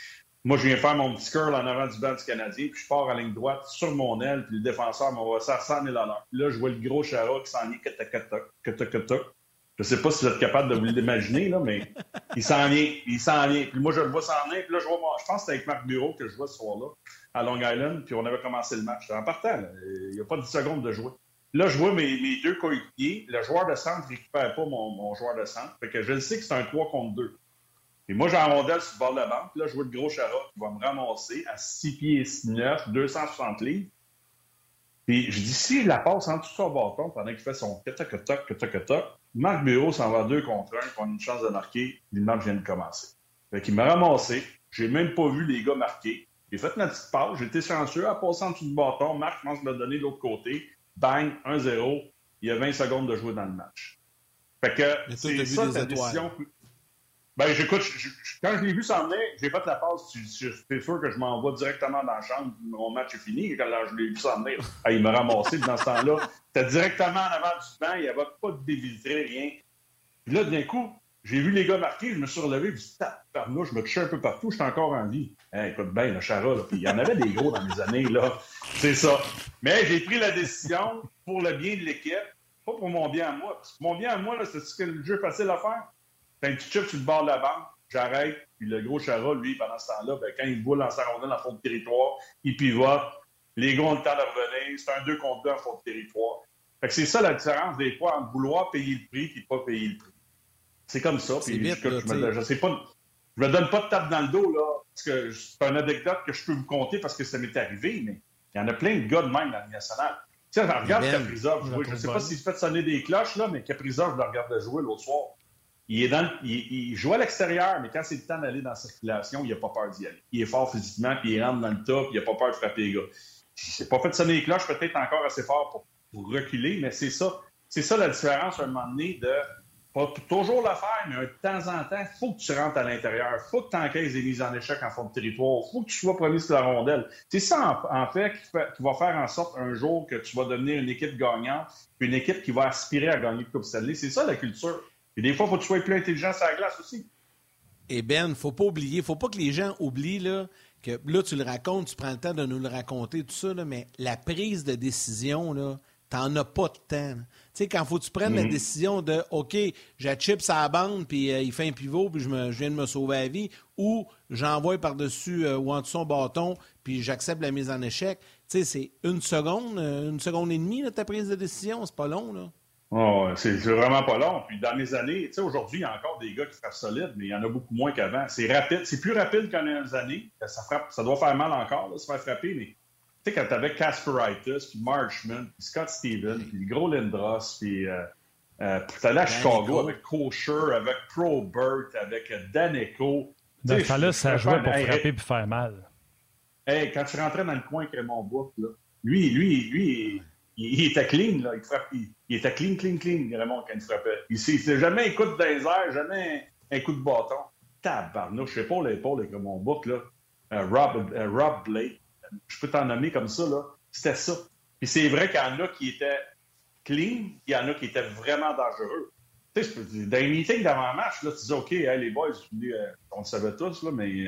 Moi, je viens faire mon petit curl en avant du banc du Canadien, puis je pars en ligne droite sur mon aile, puis le défenseur m'envoie ça à 100 000 $. Puis là, je vois le gros Chara qui s'en vient, que-toc. Je sais pas si vous êtes capable de vous l'imaginer, là, mais il s'en vient. Puis moi, je le vois s'en venir, puis là, je pense que c'était avec Marc Bureau que je vois ce soir-là, à Long Island, puis on avait commencé le match. En partant, il n'y a pas 10 secondes de jouer. Là, je vois mes deux coéquipiers. Le joueur de centre ne récupère pas mon joueur de centre. Fait que je le sais que c'est un 3 contre 2. Et moi, j'ai un rondelle sur le bord de la banque. Là, je vois le gros Chara qui va me ramasser à 6 pieds 9, 260 livres. Puis je dis, si je la passe en dessous de son bâton pendant qu'il fait son toc, Marc Bureau s'en va 2 contre 1, puis on a une chance de marquer. Le match vient de commencer. Fait qu'il m'a ramassé. J'ai même pas vu les gars marquer. J'ai fait ma petite passe. J'ai été chanceux à passer en dessous du bâton. Marc, je pense, me l'a donné de l'autre côté. Bang, 1-0. Il y a 20 secondes de jouer dans le match. Fait que c'est ça ta décision. Ben, j'écoute, quand je l'ai vu s'en venir, j'ai fait la passe. C'est sûr que je m'envoie directement dans la chambre. Mon match est fini. Quand je l'ai vu s'en venir, il m'a ramassé. Dans ce temps-là, c'était directement en avant du banc. Il n'y avait pas de dévitré, rien. Puis là, d'un coup, j'ai vu les gars marquer. Je me suis relevé. Je me suis dit, par là, je me touchais un peu partout. J'étais encore en vie. Écoute bien, le Chara. Puis il y en avait des gros dans mes années. Là. C'est ça. Mais j'ai pris la décision pour le bien de l'équipe. Pas pour mon bien à moi. Parce que mon bien à moi, là, c'est ce que le jeu est facile à faire. T'as un petit chip sur le bord de la banque, j'arrête, puis le gros Chara, lui, pendant ce temps-là, ben, quand il boule dans sa rondelle en fond de territoire, il pivote, les gars ont le temps de revenir, c'est un 2 contre 2 en fond de territoire. Fait que c'est ça la différence des fois entre vouloir payer le prix et pas payer le prix. C'est comme ça, puis je sais pas, je me donne pas de tape dans le dos, là, parce que c'est une anecdote que je peux vous conter parce que ça m'est arrivé, mais il y en a plein de gars de même dans la Ligue nationale. Tu sais, regarde Kaprizov jouer, je sais pas s'il se fait sonner des cloches, là, mais Kaprizov, je le regardais jouer l'autre soir. Il joue à l'extérieur, mais quand c'est le temps d'aller dans la circulation, il n'a pas peur d'y aller. Il est fort physiquement, puis il rentre dans le tas, puis il n'a pas peur de frapper les gars. Il s'est pas fait sonner les cloches, peut-être encore assez fort pour reculer, mais c'est ça. C'est ça la différence à un moment donné de pas toujours le faire, mais de temps en temps, il faut que tu rentres à l'intérieur. Il faut que tu encaisses des mises en échec en fond de territoire. Il faut que tu sois premier sur la rondelle. C'est ça, en fait, qui va faire en sorte un jour que tu vas devenir une équipe gagnante, puis une équipe qui va aspirer à gagner le Coupe Stanley. C'est ça la culture. Et des fois, il faut que tu sois plus intelligent sur la glace aussi. Et Ben, faut pas oublier, faut pas que les gens oublient là, que là, tu le racontes, tu prends le temps de nous le raconter, tout ça, là, mais la prise de décision, là, t'en as pas de temps. Tu sais, quand faut que tu prennes la décision de OK, j'ai chip sa bande, puis il fait un pivot, puis je viens de me sauver la vie, ou j'envoie par-dessus ou en dessous son bâton, puis j'accepte la mise en échec. Tu sais, c'est une seconde et demie, là, ta prise de décision, c'est pas long, là. Oh, c'est vraiment pas long. Puis dans mes années, tu sais, aujourd'hui, il y a encore des gars qui frappent solide, mais il y en a beaucoup moins qu'avant. C'est rapide, c'est plus rapide qu'en les années. Ça doit faire mal encore, là, se faire frapper, mais tu sais, quand t'avais Kasparaitis, puis Marchman, puis Scott Stevens, puis le gros Lindros, puis t'allais à Chicago avec Kosher, avec Probert, avec Daneko. Dans ce temps-là, ça jouait pour frapper et faire mal. Hey, quand tu rentrais dans le coin avec Raymond Bourque, là, lui, il était clean, là. Il était clean, Raymond, quand il frappait. Il s'est jamais un coup de désert, jamais un coup de bâton. Tabarnouche, je sais pas l'épaule avec Raymond Bourque, là. Rob Blake. Je peux t'en nommer comme ça, là. C'était ça. Puis c'est vrai qu'il y en a qui étaient clean, il y en a qui étaient vraiment dangereux. Tu sais, dans les meetings d'avant-match, là, tu dis, OK, hey, les boys, on le savait tous, là, mais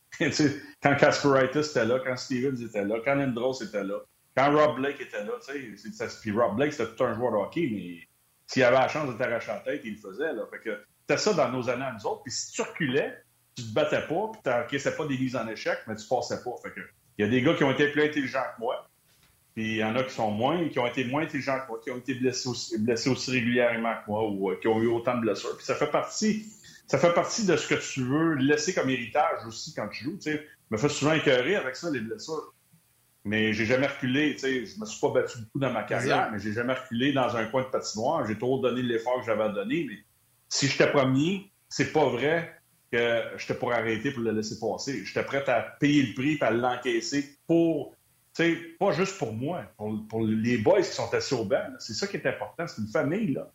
quand Kasparaitis était là, quand Stevens était là, quand Lindros était là, quand Rob Blake était là, tu sais, puis Rob Blake, c'était tout un joueur de hockey, mais s'il avait la chance de t'arracher la tête, il le faisait, là. Fait que c'était ça dans nos années à nous autres. Puis si tu reculais, tu te battais pas, puis tu n'encaissais pas des mises en échec, mais tu passais pas. Fait que il y a des gars qui ont été plus intelligents que moi, puis il y en a qui ont été moins intelligents que moi, qui ont été blessés aussi régulièrement que moi, ou qui ont eu autant de blessures. Puis ça fait partie de ce que tu veux laisser comme héritage aussi quand tu joues. Tu sais, je me fais souvent écœurer avec ça, les blessures. Mais j'ai jamais reculé, tu sais, je me suis pas battu beaucoup dans ma carrière, mais j'ai jamais reculé dans un coin de patinoire. J'ai trop donné l'effort que j'avais à donner, mais si j'étais premier, c'est pas vrai que j'étais pour arrêter pour le laisser passer. J'étais prêt à payer le prix et à l'encaisser pour, tu sais, pas juste pour moi, pour les boys qui sont assis au banc. Là. C'est ça qui est important, c'est une famille, là.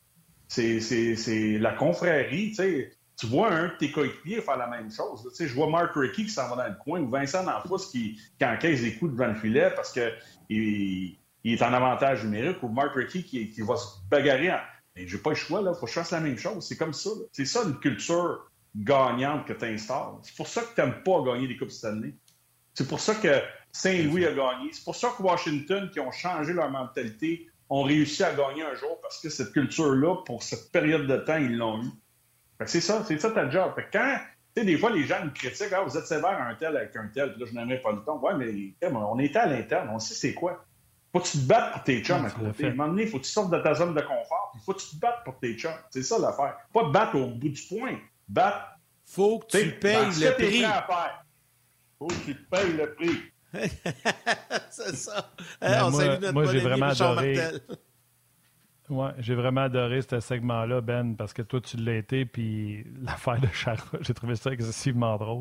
C'est la confrérie, tu sais. Tu vois un de tes coéquipiers faire la même chose. Tu sais, je vois Mark Recchi qui s'en va dans le coin ou Vincent D'Anfos qui encaisse des coups devant le filet parce qu'il est en avantage numérique ou Mark Recchi qui va se bagarrer. Mais j'ai pas le choix, là. Faut que je fasse la même chose. C'est comme ça. Là. C'est ça une culture gagnante que tu installes. C'est pour ça que tu n'aimes pas gagner des Coupes Stanley. C'est pour ça que Saint-Louis a gagné. C'est pour ça que Washington, qui ont changé leur mentalité, ont réussi à gagner un jour parce que cette culture-là, pour cette période de temps, ils l'ont eu. Fait que c'est ça ta job. Fait que quand, tu sais, des fois, les gens nous critiquent, ah, vous êtes sévère un tel avec un tel, puis là, je n'aimerais pas le ton. Ouais, mais on était à l'interne, on sait c'est quoi. Faut que tu te battes pour tes chums à côté. À un moment donné, il faut que tu sortes de ta zone de confort, il faut que tu te battes pour tes chums. C'est ça l'affaire. Pas te battre au bout du point. Battre. Faut que tu payes le prix. Faut que tu payes le prix. C'est ça. On salue notre moi bon j'ai ami vraiment Richard adoré. Martel. Ouais, j'ai vraiment adoré ce segment-là, Ben, parce que toi, tu l'as été, puis l'affaire de Chara, j'ai trouvé ça excessivement drôle.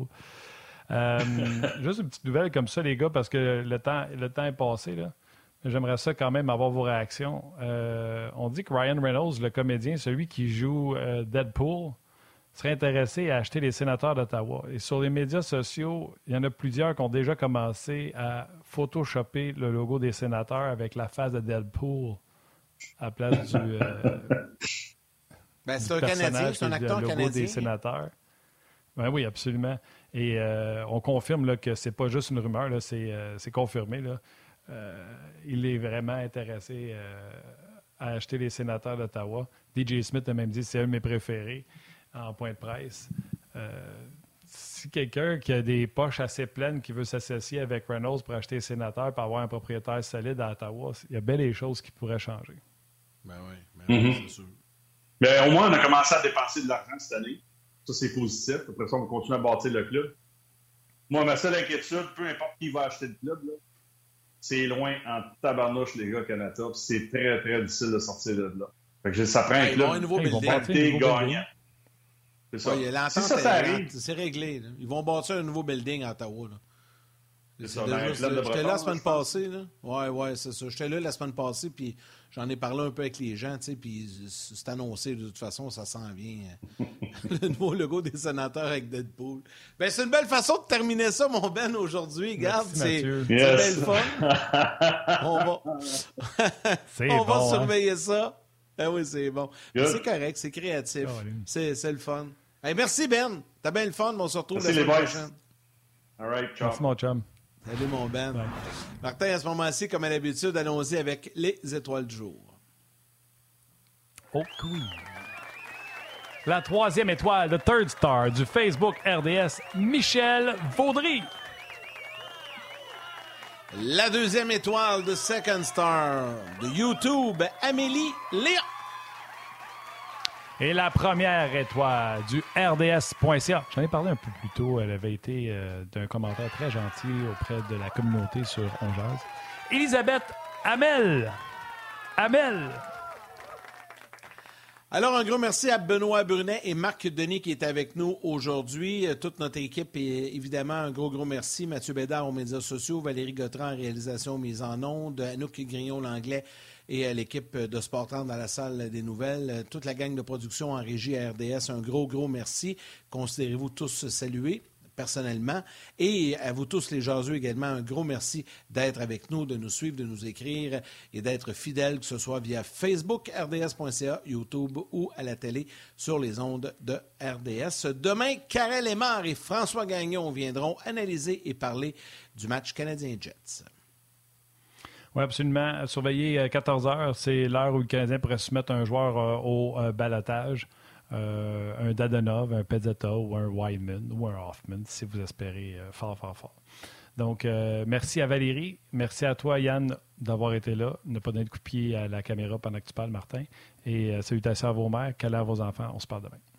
Juste une petite nouvelle comme ça, les gars, parce que le temps est passé, là. J'aimerais ça quand même avoir vos réactions. On dit que Ryan Reynolds, le comédien, celui qui joue Deadpool, serait intéressé à acheter les sénateurs d'Ottawa. Et sur les médias sociaux, il y en a plusieurs qui ont déjà commencé à photoshopper le logo des sénateurs avec la face de Deadpool à la place du c'est un Canadien, c'est un acteur logo canadien. des sénateurs. Ben oui, absolument. Et on confirme là, que c'est pas juste une rumeur, là, c'est confirmé. Là. Il est vraiment intéressé à acheter les sénateurs d'Ottawa. DJ Smith a même dit que c'est un de mes préférés en point de presse. Si quelqu'un qui a des poches assez pleines qui veut s'associer avec Reynolds pour acheter les sénateurs pour avoir un propriétaire solide à Ottawa, il y a bien des choses qui pourraient changer. Ben oui, c'est sûr. Ben, au moins, on a commencé à dépenser de l'argent cette année. Ça, c'est positif. Après ça, on va continuer à bâtir le club. Moi, ma seule inquiétude, peu importe qui va acheter le club, là, c'est loin en tabarnouche, les gars, Canada. C'est très, très difficile de sortir de là. Fait que ça prend un club un nouveau building gagnant. C'est ça. Ouais, si ça arrive, c'est réglé. Là. Ils vont bâtir un nouveau building à Ottawa. Là. J'étais là la semaine passée. Là. Ouais, c'est ça. J'étais là la semaine passée, puis j'en ai parlé un peu avec les gens, puis c'est annoncé de toute façon, ça s'en vient. Le nouveau logo des sénateurs avec Deadpool. Ben, c'est une belle façon de terminer ça, mon Ben, aujourd'hui. Regarde, c'est belle fun. On va surveiller ça. Ah oui, c'est bon. C'est correct, c'est créatif. C'est le fun. Hey, merci, Ben. T'as bien le fun, mais on se retrouve la semaine prochaine. All right, ciao. Merci, mon chum. Salut, mon Ben. Ouais. Martin, à ce moment-ci, comme à l'habitude, allons-y avec les étoiles du jour. Oh, oui. La troisième étoile, the third star du Facebook RDS, Michel Vaudry. La deuxième étoile de Second Star de YouTube, Amélie Léa. Et la première étoile du RDS.ca. J'en ai parlé un peu plus tôt. Elle avait été d'un commentaire très gentil auprès de la communauté sur On Jase. Elisabeth Hamel. Alors, un gros merci à Benoît Brunet et Marc Denis qui est avec nous aujourd'hui. Toute notre équipe, et évidemment, un gros merci. Mathieu Bédard aux médias sociaux, Valérie Gautran en réalisation mise en ondes, Anouk Grignon-Langlais et l'équipe de Sport 30 dans la salle des nouvelles. Toute la gang de production en régie à RDS, un gros merci. Considérez-vous tous salués personnellement. Et à vous tous les jaseux également, un gros merci d'être avec nous, de nous suivre, de nous écrire et d'être fidèles, que ce soit via Facebook, rds.ca, YouTube ou à la télé sur les ondes de RDS. Demain, Karel Aymar et François Gagnon viendront analyser et parler du match Canadien-Jets. Oui, absolument. Surveillez 14 heures, c'est l'heure où le Canadien pourrait soumettre un joueur au ballottage. Un Dadonov, un Pezzetta ou un Wideman ou un Hoffman, si vous espérez fort. Donc, merci à Valérie. Merci à toi, Yann, d'avoir été là. Ne pas donner de coup de pied à la caméra pendant que tu parles, Martin. Et salutations à vos mères, câlins à vos enfants. On se parle demain.